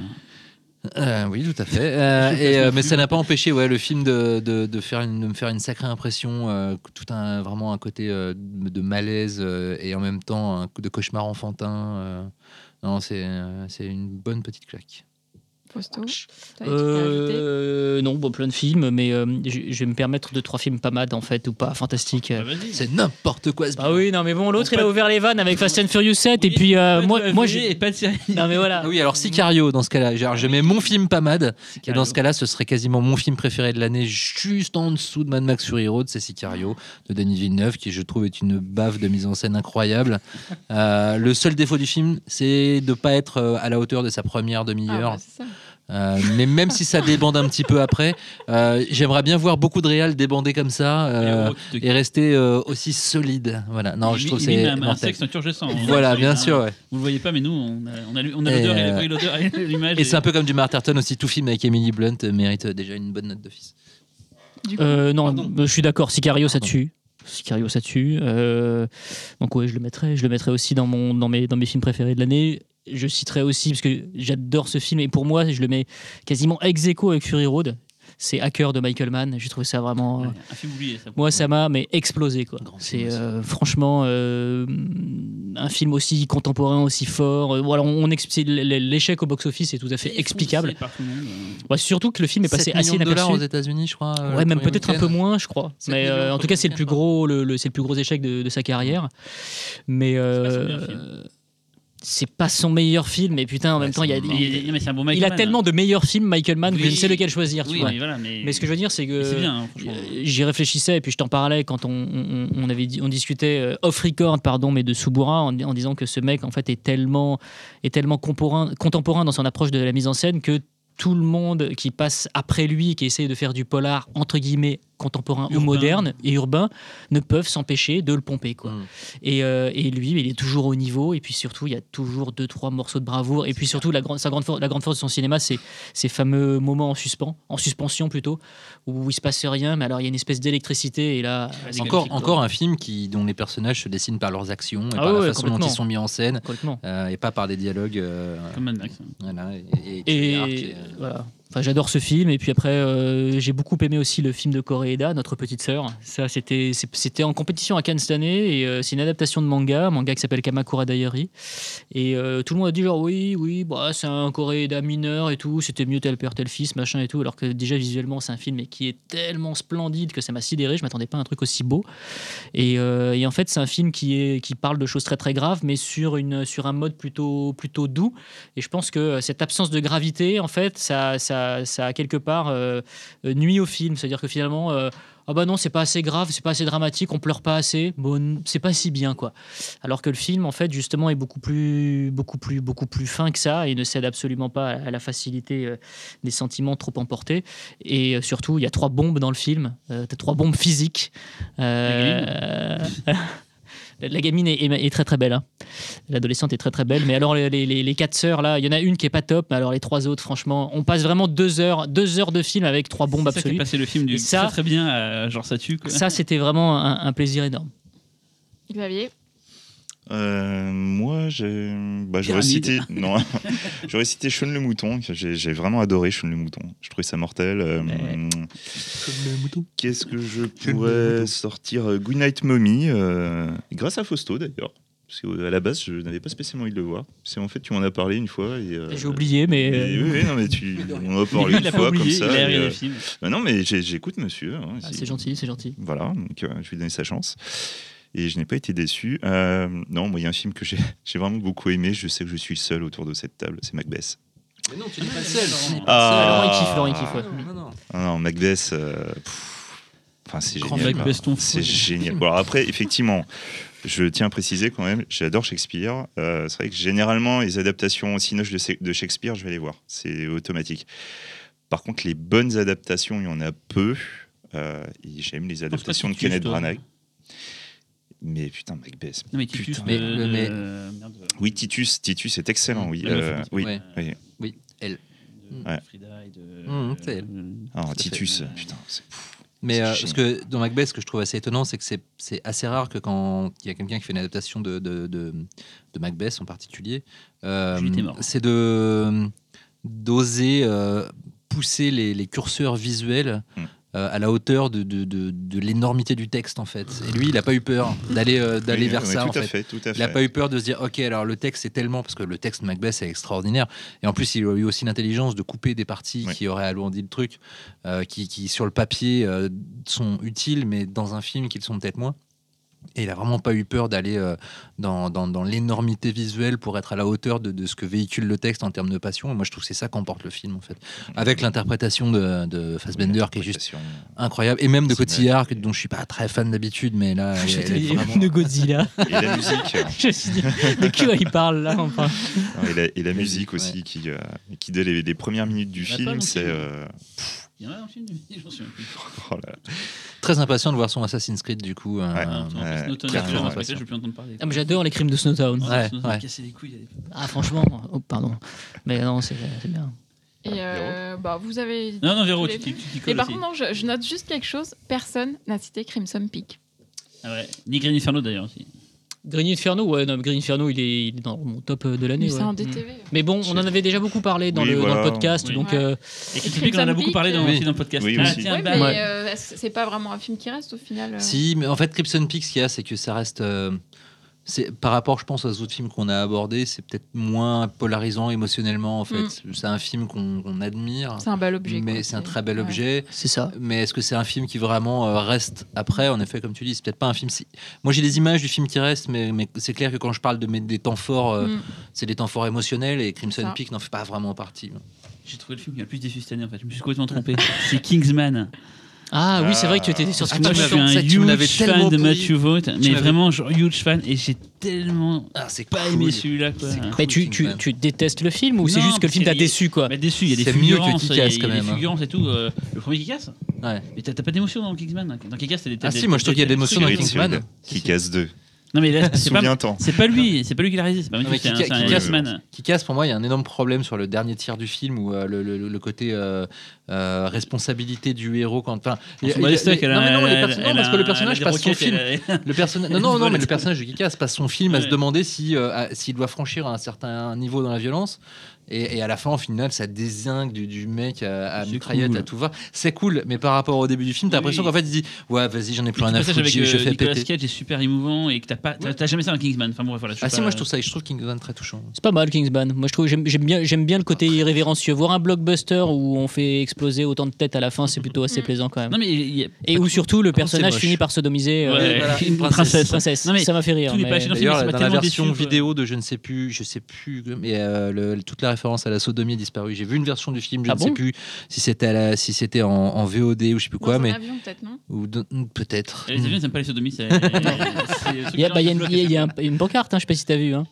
Oui, tout à fait. Mais ça n'a pas empêché le film de me faire une sacrée impression, vraiment un côté de malaise et en même temps de cauchemar enfantin. Non, c'est une bonne petite claque. Fausto, t'as des trucs à ajouter Non, bon, plein de films, mais je vais me permettre 2-3 films pas mad en fait, ou pas fantastiques. C'est n'importe quoi ce Ah oui, non, mais bon, l'autre il a ouvert les vannes avec Fast and Furious 7, et puis moi j'ai. Et pas de série. Non, mais voilà. Ah oui, alors Sicario dans ce cas-là, genre, je mets mon film pas mad, et Sicario. dans ce cas-là, ce serait quasiment mon film préféré de l'année, juste en dessous de Mad Max Fury Road, c'est Sicario de Denis Villeneuve, qui je trouve est une baffe de mise en scène incroyable. Le seul défaut du film, c'est de pas être à la hauteur de sa première demi-heure. Ah, bah, c'est ça. Mais même si ça débande un petit peu après, j'aimerais bien voir beaucoup de réals débander comme ça et rester aussi solide. Voilà. Non, je trouve que c'est un mortel. sexe turgescent. Voilà, bien sûr. Ouais. Vous le voyez pas, mais nous, on a Et, l'odeur et l'odeur et l'image. Et c'est un peu comme du Marterton aussi. Tout film avec Emily Blunt mérite déjà une bonne note d'office. Du coup, Non, je suis d'accord, Sicario ça tue. Sicario ça tue. Donc ouais, je le mettrai aussi dans mes films préférés de l'année. Je citerai aussi, parce que j'adore ce film, et pour moi, je le mets quasiment ex aequo avec Fury Road. C'est Hacker de Michael Mann. J'ai trouvé ça vraiment. un film oublié. Ça, Moi, ça m'a explosé, quoi. Grand C'est film franchement un film aussi contemporain, aussi fort. Voilà, l'échec au box-office est tout à fait explicable. Par tout le monde. Ouais, surtout que le film est passé 7 assez millions de dollars aux inaperçu. États-Unis, je crois. Ouais, le même premier peut-être un week-end. peu moins, je crois. 7 Mais millions en le tout cas, c'est le plus week-end, gros, c'est le plus gros échec de sa carrière. Mais pas son meilleur film. c'est pas son meilleur film. Mais putain, en même temps, il c'est un bon a tellement de meilleurs films, Michael Mann, que je ne sais lequel choisir. Tu Oui, vois. mais voilà, mais Mais ce que je veux dire, c'est que c'est bien, hein, franchement. j'y réfléchissais, et puis je t'en parlais quand on discutait off record, pardon, mais de Subura, en disant que ce mec en fait est tellement contemporain dans son approche de la mise en scène que tout le monde qui passe après lui, qui essaye de faire du polar entre guillemets contemporains ou Urbain. modernes et urbains ne peuvent s'empêcher de le pomper, quoi. Et lui, il est toujours au niveau. Et puis surtout, il y a toujours 2-3 morceaux de bravoure. Et puis surtout, la grande force de son cinéma, c'est ces fameux moments en suspension plutôt, où il se passe rien, mais alors il y a une espèce d'électricité. Et là, Encore un film dont les personnages se dessinent par leurs actions et par la façon dont ils sont mis en scène, et pas par des dialogues. Comme Mad Max. Voilà, voilà. Enfin, j'adore ce film. Et puis après, j'ai beaucoup aimé aussi le film de Koreeda, Notre petite sœur. Ça, c'était en compétition à Cannes cette année. Et c'est une adaptation de manga qui s'appelle Kamakura Diary. Et tout le monde a dit genre oui, bah, c'est un Koreeda mineur et tout. C'était mieux tel père, tel fils, machin et tout. Alors que déjà visuellement, c'est un film qui est tellement splendide que ça m'a sidéré. Je m'attendais pas à un truc aussi beau. Et en fait, c'est un film qui parle de choses très très graves, mais sur un mode plutôt doux. Et je pense que cette absence de gravité, en fait, ça a quelque part nuit au film. C'est-à-dire que finalement, ah bah non, c'est pas assez grave, c'est pas assez dramatique, on pleure pas assez. Bon, c'est pas si bien, quoi. Alors que le film, en fait, justement, est beaucoup plus fin que ça et ne cède absolument pas à la facilité des sentiments trop emportés. Et surtout, il y a 3 bombes dans le film, 3 bombes physiques. La gamine est très très belle, hein. L'adolescente est très très belle, mais alors les 4 sœurs là, il y en a une qui est pas top, mais alors les 3 autres, franchement, on passe vraiment 2 heures de film avec 3 bombes absolues. Ça qui passé le film du très très bien à genre ça tue, quoi. Ça, c'était vraiment un plaisir énorme. Xavier. Moi, j'aurais cité Shaun le Mouton. J'ai vraiment adoré Shaun le Mouton. Je trouvais ça mortel. Qu'est-ce que je pourrais sortir? Goodnight Mommy, grâce à Fausto d'ailleurs. Parce qu'à la base, je n'avais pas spécialement envie de le voir. C'est en fait, tu m'en as parlé une fois. J'ai oublié, mais. Oui, non, mais on en a parlé une fois comme ça. Non, mais j'écoute monsieur. Hein, c'est gentil, c'est gentil. Voilà, donc je vais lui donner sa chance. Et je n'ai pas été déçu. Non, moi, il y a un film que j'ai vraiment beaucoup aimé. Je sais que je suis le seul autour de cette table. C'est Macbeth. Mais non, tu n'es pas le seul. Laurent, il kiffe. Ouais. Non, Macbeth. Enfin, c'est génial. C'est génial. Bon, alors après, effectivement, je tiens à préciser quand même, j'adore Shakespeare. C'est vrai que généralement, les adaptations cinoches de Shakespeare, je vais les voir. C'est automatique. Par contre, les bonnes adaptations, il y en a peu. Et j'aime les adaptations de Kenneth Branagh. Mais putain, Macbeth. Non, mais Titus. Oui, Titus est excellent. Oui, elle. Frida et c'est elle. Titus, putain, c'est fou. Mais parce que dans Macbeth, ce que je trouve assez étonnant, c'est que c'est assez rare que quand il y a quelqu'un qui fait une adaptation de Macbeth en particulier, c'est d'oser pousser les curseurs visuels à la hauteur de l'énormité du texte, en fait. Et lui, il n'a pas eu peur d'aller vers ça, en fait. Tout à fait. Il n'a pas eu peur de se dire, ok, alors le texte, c'est tellement... Parce que le texte de Macbeth, c'est extraordinaire. Et en plus, il a eu aussi l'intelligence de couper des parties qui auraient alourdi le truc, qui sur le papier, sont utiles, mais dans un film, qu'ils sont peut-être moins. Et il n'a vraiment pas eu peur d'aller dans l'énormité visuelle pour être à la hauteur de ce que véhicule le texte en termes de passion. Et moi, je trouve que c'est ça qu'emporte le film, en fait. Avec l'interprétation de Fassbender, qui est juste incroyable. Et même de Cotillard, dont je ne suis pas très fan d'habitude, mais là... Vraiment... de Godzilla. Et la musique. Je me suis dit, de qui il parle, là, enfin. Et la musique aussi, qui dès les premières minutes du film, c'est... Il y en a un film, j'en souviens plus. Oh là. Très impatient de voir son Assassin's Creed, du coup. Je peux plus entendre parler. Ah, mais j'adore les crimes de Snowtown. Casser les couilles. Ah, franchement, pardon. Mais non, c'est bien. Et vous avez. Non, Véro, tu colles. Et par contre, non, je note juste quelque chose. Personne n'a cité Crimson Peak. Ah ouais. Ni Green Inferno d'ailleurs aussi. Green Inferno, Green Inferno, il est dans mon top de l'année. C'est un DTV. Mais bon, on en avait déjà beaucoup parlé dans le podcast. Oui. Donc, Et Crimson on en a beaucoup parlé dans le podcast. Oui, aussi. Mais c'est pas vraiment un film qui reste au final. Si, mais en fait, Crimson Peak, ce qu'il y a, c'est que ça reste... par rapport, je pense, aux autres films qu'on a abordés, c'est peut-être moins polarisant émotionnellement, en fait. C'est un film qu'on admire. C'est un bel objet. Mais c'est un très bel objet. C'est ça. Mais est-ce que c'est un film qui vraiment reste après? En effet, comme tu dis, c'est peut-être pas un film... Moi, j'ai des images du film qui reste, mais c'est clair que quand je parle des temps forts, c'est des temps forts émotionnels, et Crimson Peak n'en fait pas vraiment partie. J'ai trouvé le film qui a le plus déçu cette année, en fait. Je me suis complètement trompé. C'est Kingsman. Ah oui, c'est vrai que tu étais sur ce film. Je suis un huge fan de Matthew Vaughn, mais vraiment genre huge fan, et j'ai tellement pas aimé celui-là, quoi. Mais tu détestes le film, ou c'est juste que le film t'a déçu, quoi? Mais déçu, il y a des fulgurances, quand même. Il y a des fulgurances et tout. Le premier qui casse. Ouais. Mais t'as pas d'émotion dans Kingsman. Dans Kick-Ass, t'as des. Ah si, moi je trouve qu'il y a de l'émotion dans Spirit Kingsman. Shield, qui casse 2. Non mais là, Souviens-toi. c'est pas lui qui l'a réalisé, c'est pas Non, lui, mais c'est un Kick-Ass, Kingsman. Qui casse, pour moi, il y a un énorme problème sur le dernier tiers du film où le côté responsabilité du héros. Parce que le personnage passe son film. Mais le personnage de Kick-Ass passe son film à se demander s'il doit franchir un certain niveau dans la violence. Et à la fin, au final, ça dézingue du mec à mitraillette, cool. à tout va. C'est cool, mais par rapport au début du film, t'as l'impression qu'en fait, il dit ouais, vas-y, j'en ai plus rien à foutre, avec je fais Nicolas péter. Cage est super émouvant et que t'as jamais ça dans Kingsman. Enfin bref, voilà. Ah si, moi je trouve Kingsman très touchant. C'est pas mal Kingsman. Moi je trouve j'aime bien le côté irrévérencieux. Voir un blockbuster où on fait exploser autant de têtes à la fin, c'est plutôt assez plaisant quand même. Non mais Et où surtout le personnage moche. finit par sodomiser voilà, une princesse. Non, mais ça m'a fait rire. tous les mais- pages- D'ailleurs, ça m'a dans la tellement version déçu, quoi. vidéo de je sais plus, mais toute la référence à la sodomie est disparue. J'ai vu une version du film, je Ah ne bon sais plus si c'était en VOD ou je sais plus quoi, Dans mais un avion, peut-être, non peut-être. Les avions, ils aiment pas les sodomies. Il y a une pancarte, je sais pas si t'as vu. Hein.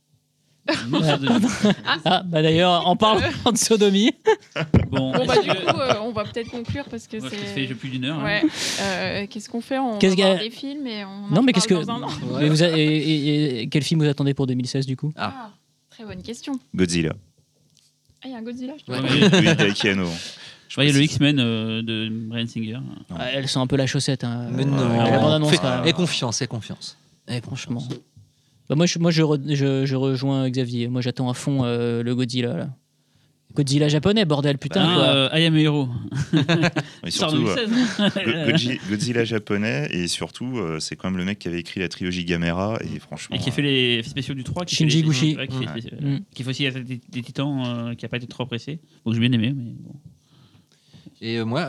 Ah, bah d'ailleurs, en parlant de sodomie, Bon, Bon, bah, du coup, on va peut-être conclure parce que ça c'est. fait plus d'une heure. Ouais. Qu'est-ce qu'on fait? On Qu'est-ce va voir qu'il y a- des films et on. non en mais qu'est-ce que reparle dans un an. mais et quel film vous attendez pour 2016 du coup? Ah, très bonne question. Godzilla. Ah, il y a un Godzilla, je Ouais. trouve. Oui, d'Akiano. Il y a le X-Men de Bryan Singer. Ah, elles sont un peu la chaussette. Hein. Mais non. La bande-annonce, Fais- quand même. Aie confiance. Franchement. Bah moi, je rejoins Xavier. Moi, j'attends à fond le Godzilla. Là. Godzilla japonais, bordel, putain. quoi. I Am a Hero. Et Sort surtout, 2016. Godzilla japonais, et surtout, c'est quand même le mec qui avait écrit la trilogie Gamera, et franchement. Et qui a fait les effets spéciaux du 3. Shinji Gushi. Qui fait aussi des titans qui a pas été trop apprécié. Donc j'ai bien aimé. Mais bon. Et moi,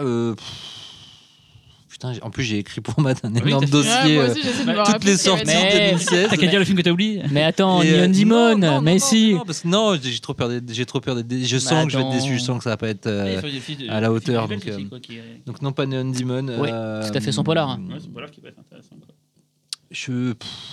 putain, en plus j'ai écrit pour Matt un énorme t'as fait- dossier. Ouais, moi aussi, j'essaie de me toutes rappeler les ce qu'il y avait sorties dedans. Mais- 2016. T'as qu'à dire le film que t'as oublié. Mais attends, Et, Neon Demon, non, mais si. parce que non, j'ai trop peur je sens que je vais être déçu, je sens que ça va pas être à la hauteur, donc, donc non, pas Neon Demon. Ouais, tout à fait son polar, hein. Ouais, c'est pas là qui peut être intéressant. Quoi. Je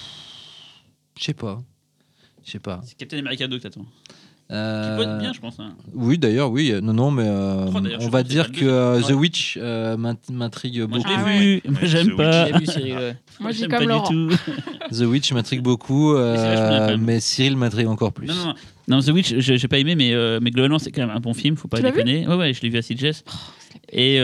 sais pas. C'est Captain America 2 que t'attends. Qui Euh, peut être bien, je pense. Hein. Oui, d'ailleurs, oui. Non, mais crois, d'ailleurs, je on va pense que dire c'est que pas le The Witch m'intrigue Moi, beaucoup. je l'ai Ah vu. Moi, j'aime The pas. J'ai vu Cyril, ouais. Moi, je dis J'aime comme pas du Laurent. tout. The Witch m'intrigue beaucoup, c'est vachement bien, quand même. mais Cyril m'intrigue encore plus. Non, The Witch, j'ai pas aimé, mais globalement, c'est quand même un bon film, faut pas Tu l'as déconner. Ouais, je l'ai vu à Sitges. Et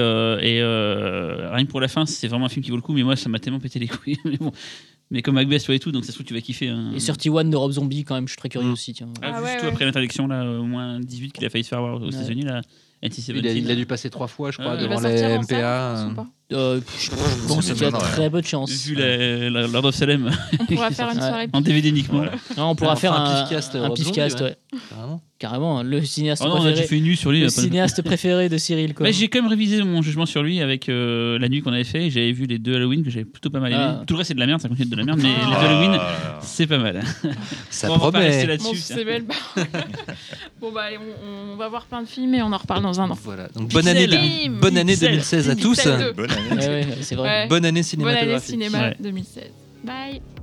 rien que pour la fin, c'est vraiment un film qui vaut le coup, mais moi, ça m'a tellement pété les couilles. Mais bon. Mais comme Macbeth, toi et tout, donc ça se trouve, tu vas kiffer. Hein. Et 31 de Rob Zombie, quand même, je suis très curieux aussi. Tiens. Ah, Ah ouais, surtout ouais. après l'interdiction, là, au moins 18 qu'il a failli se faire avoir aux États-Unis, là. NC-17. Il a dû passer 3 fois, je crois, Ouais. Il va devant sortir les en MPA. salle, ou pas Je pense qu'il y a très peu de chance. Vu la Lord of Salem On pourra faire une soirée. en DVD uniquement. Non, on pourra faire un pifcast, un Rob pifcast, Zombie, ouais. Carrément. Carrément, le cinéaste Oh non, on a déjà préféré. fait une nuit sur lui. Le pas- cinéaste préféré de Cyril, quoi. Bah, j'ai quand même révisé mon jugement sur lui avec la nuit qu'on avait fait. Et j'avais vu les 2 Halloween que j'avais plutôt pas mal aimé. Ah. Tout le reste c'est de la merde, ça continue de la merde, mais les 2 Ah, Halloween, là, là. c'est pas mal. Ça Bon, on va pas rester promet. Bon, là-dessus. c'est belle. Bon, bah, allez, on va voir plein de films et on en reparle dans un an. Voilà. Donc bonne année, Pixel. bonne année Pixel. 2016 à tous. Pixel 2. Bonne année. Ouais, c'est vrai. Ouais. Bonne année Bonne année cinématographique. cinéma Ouais. 2016. Bye.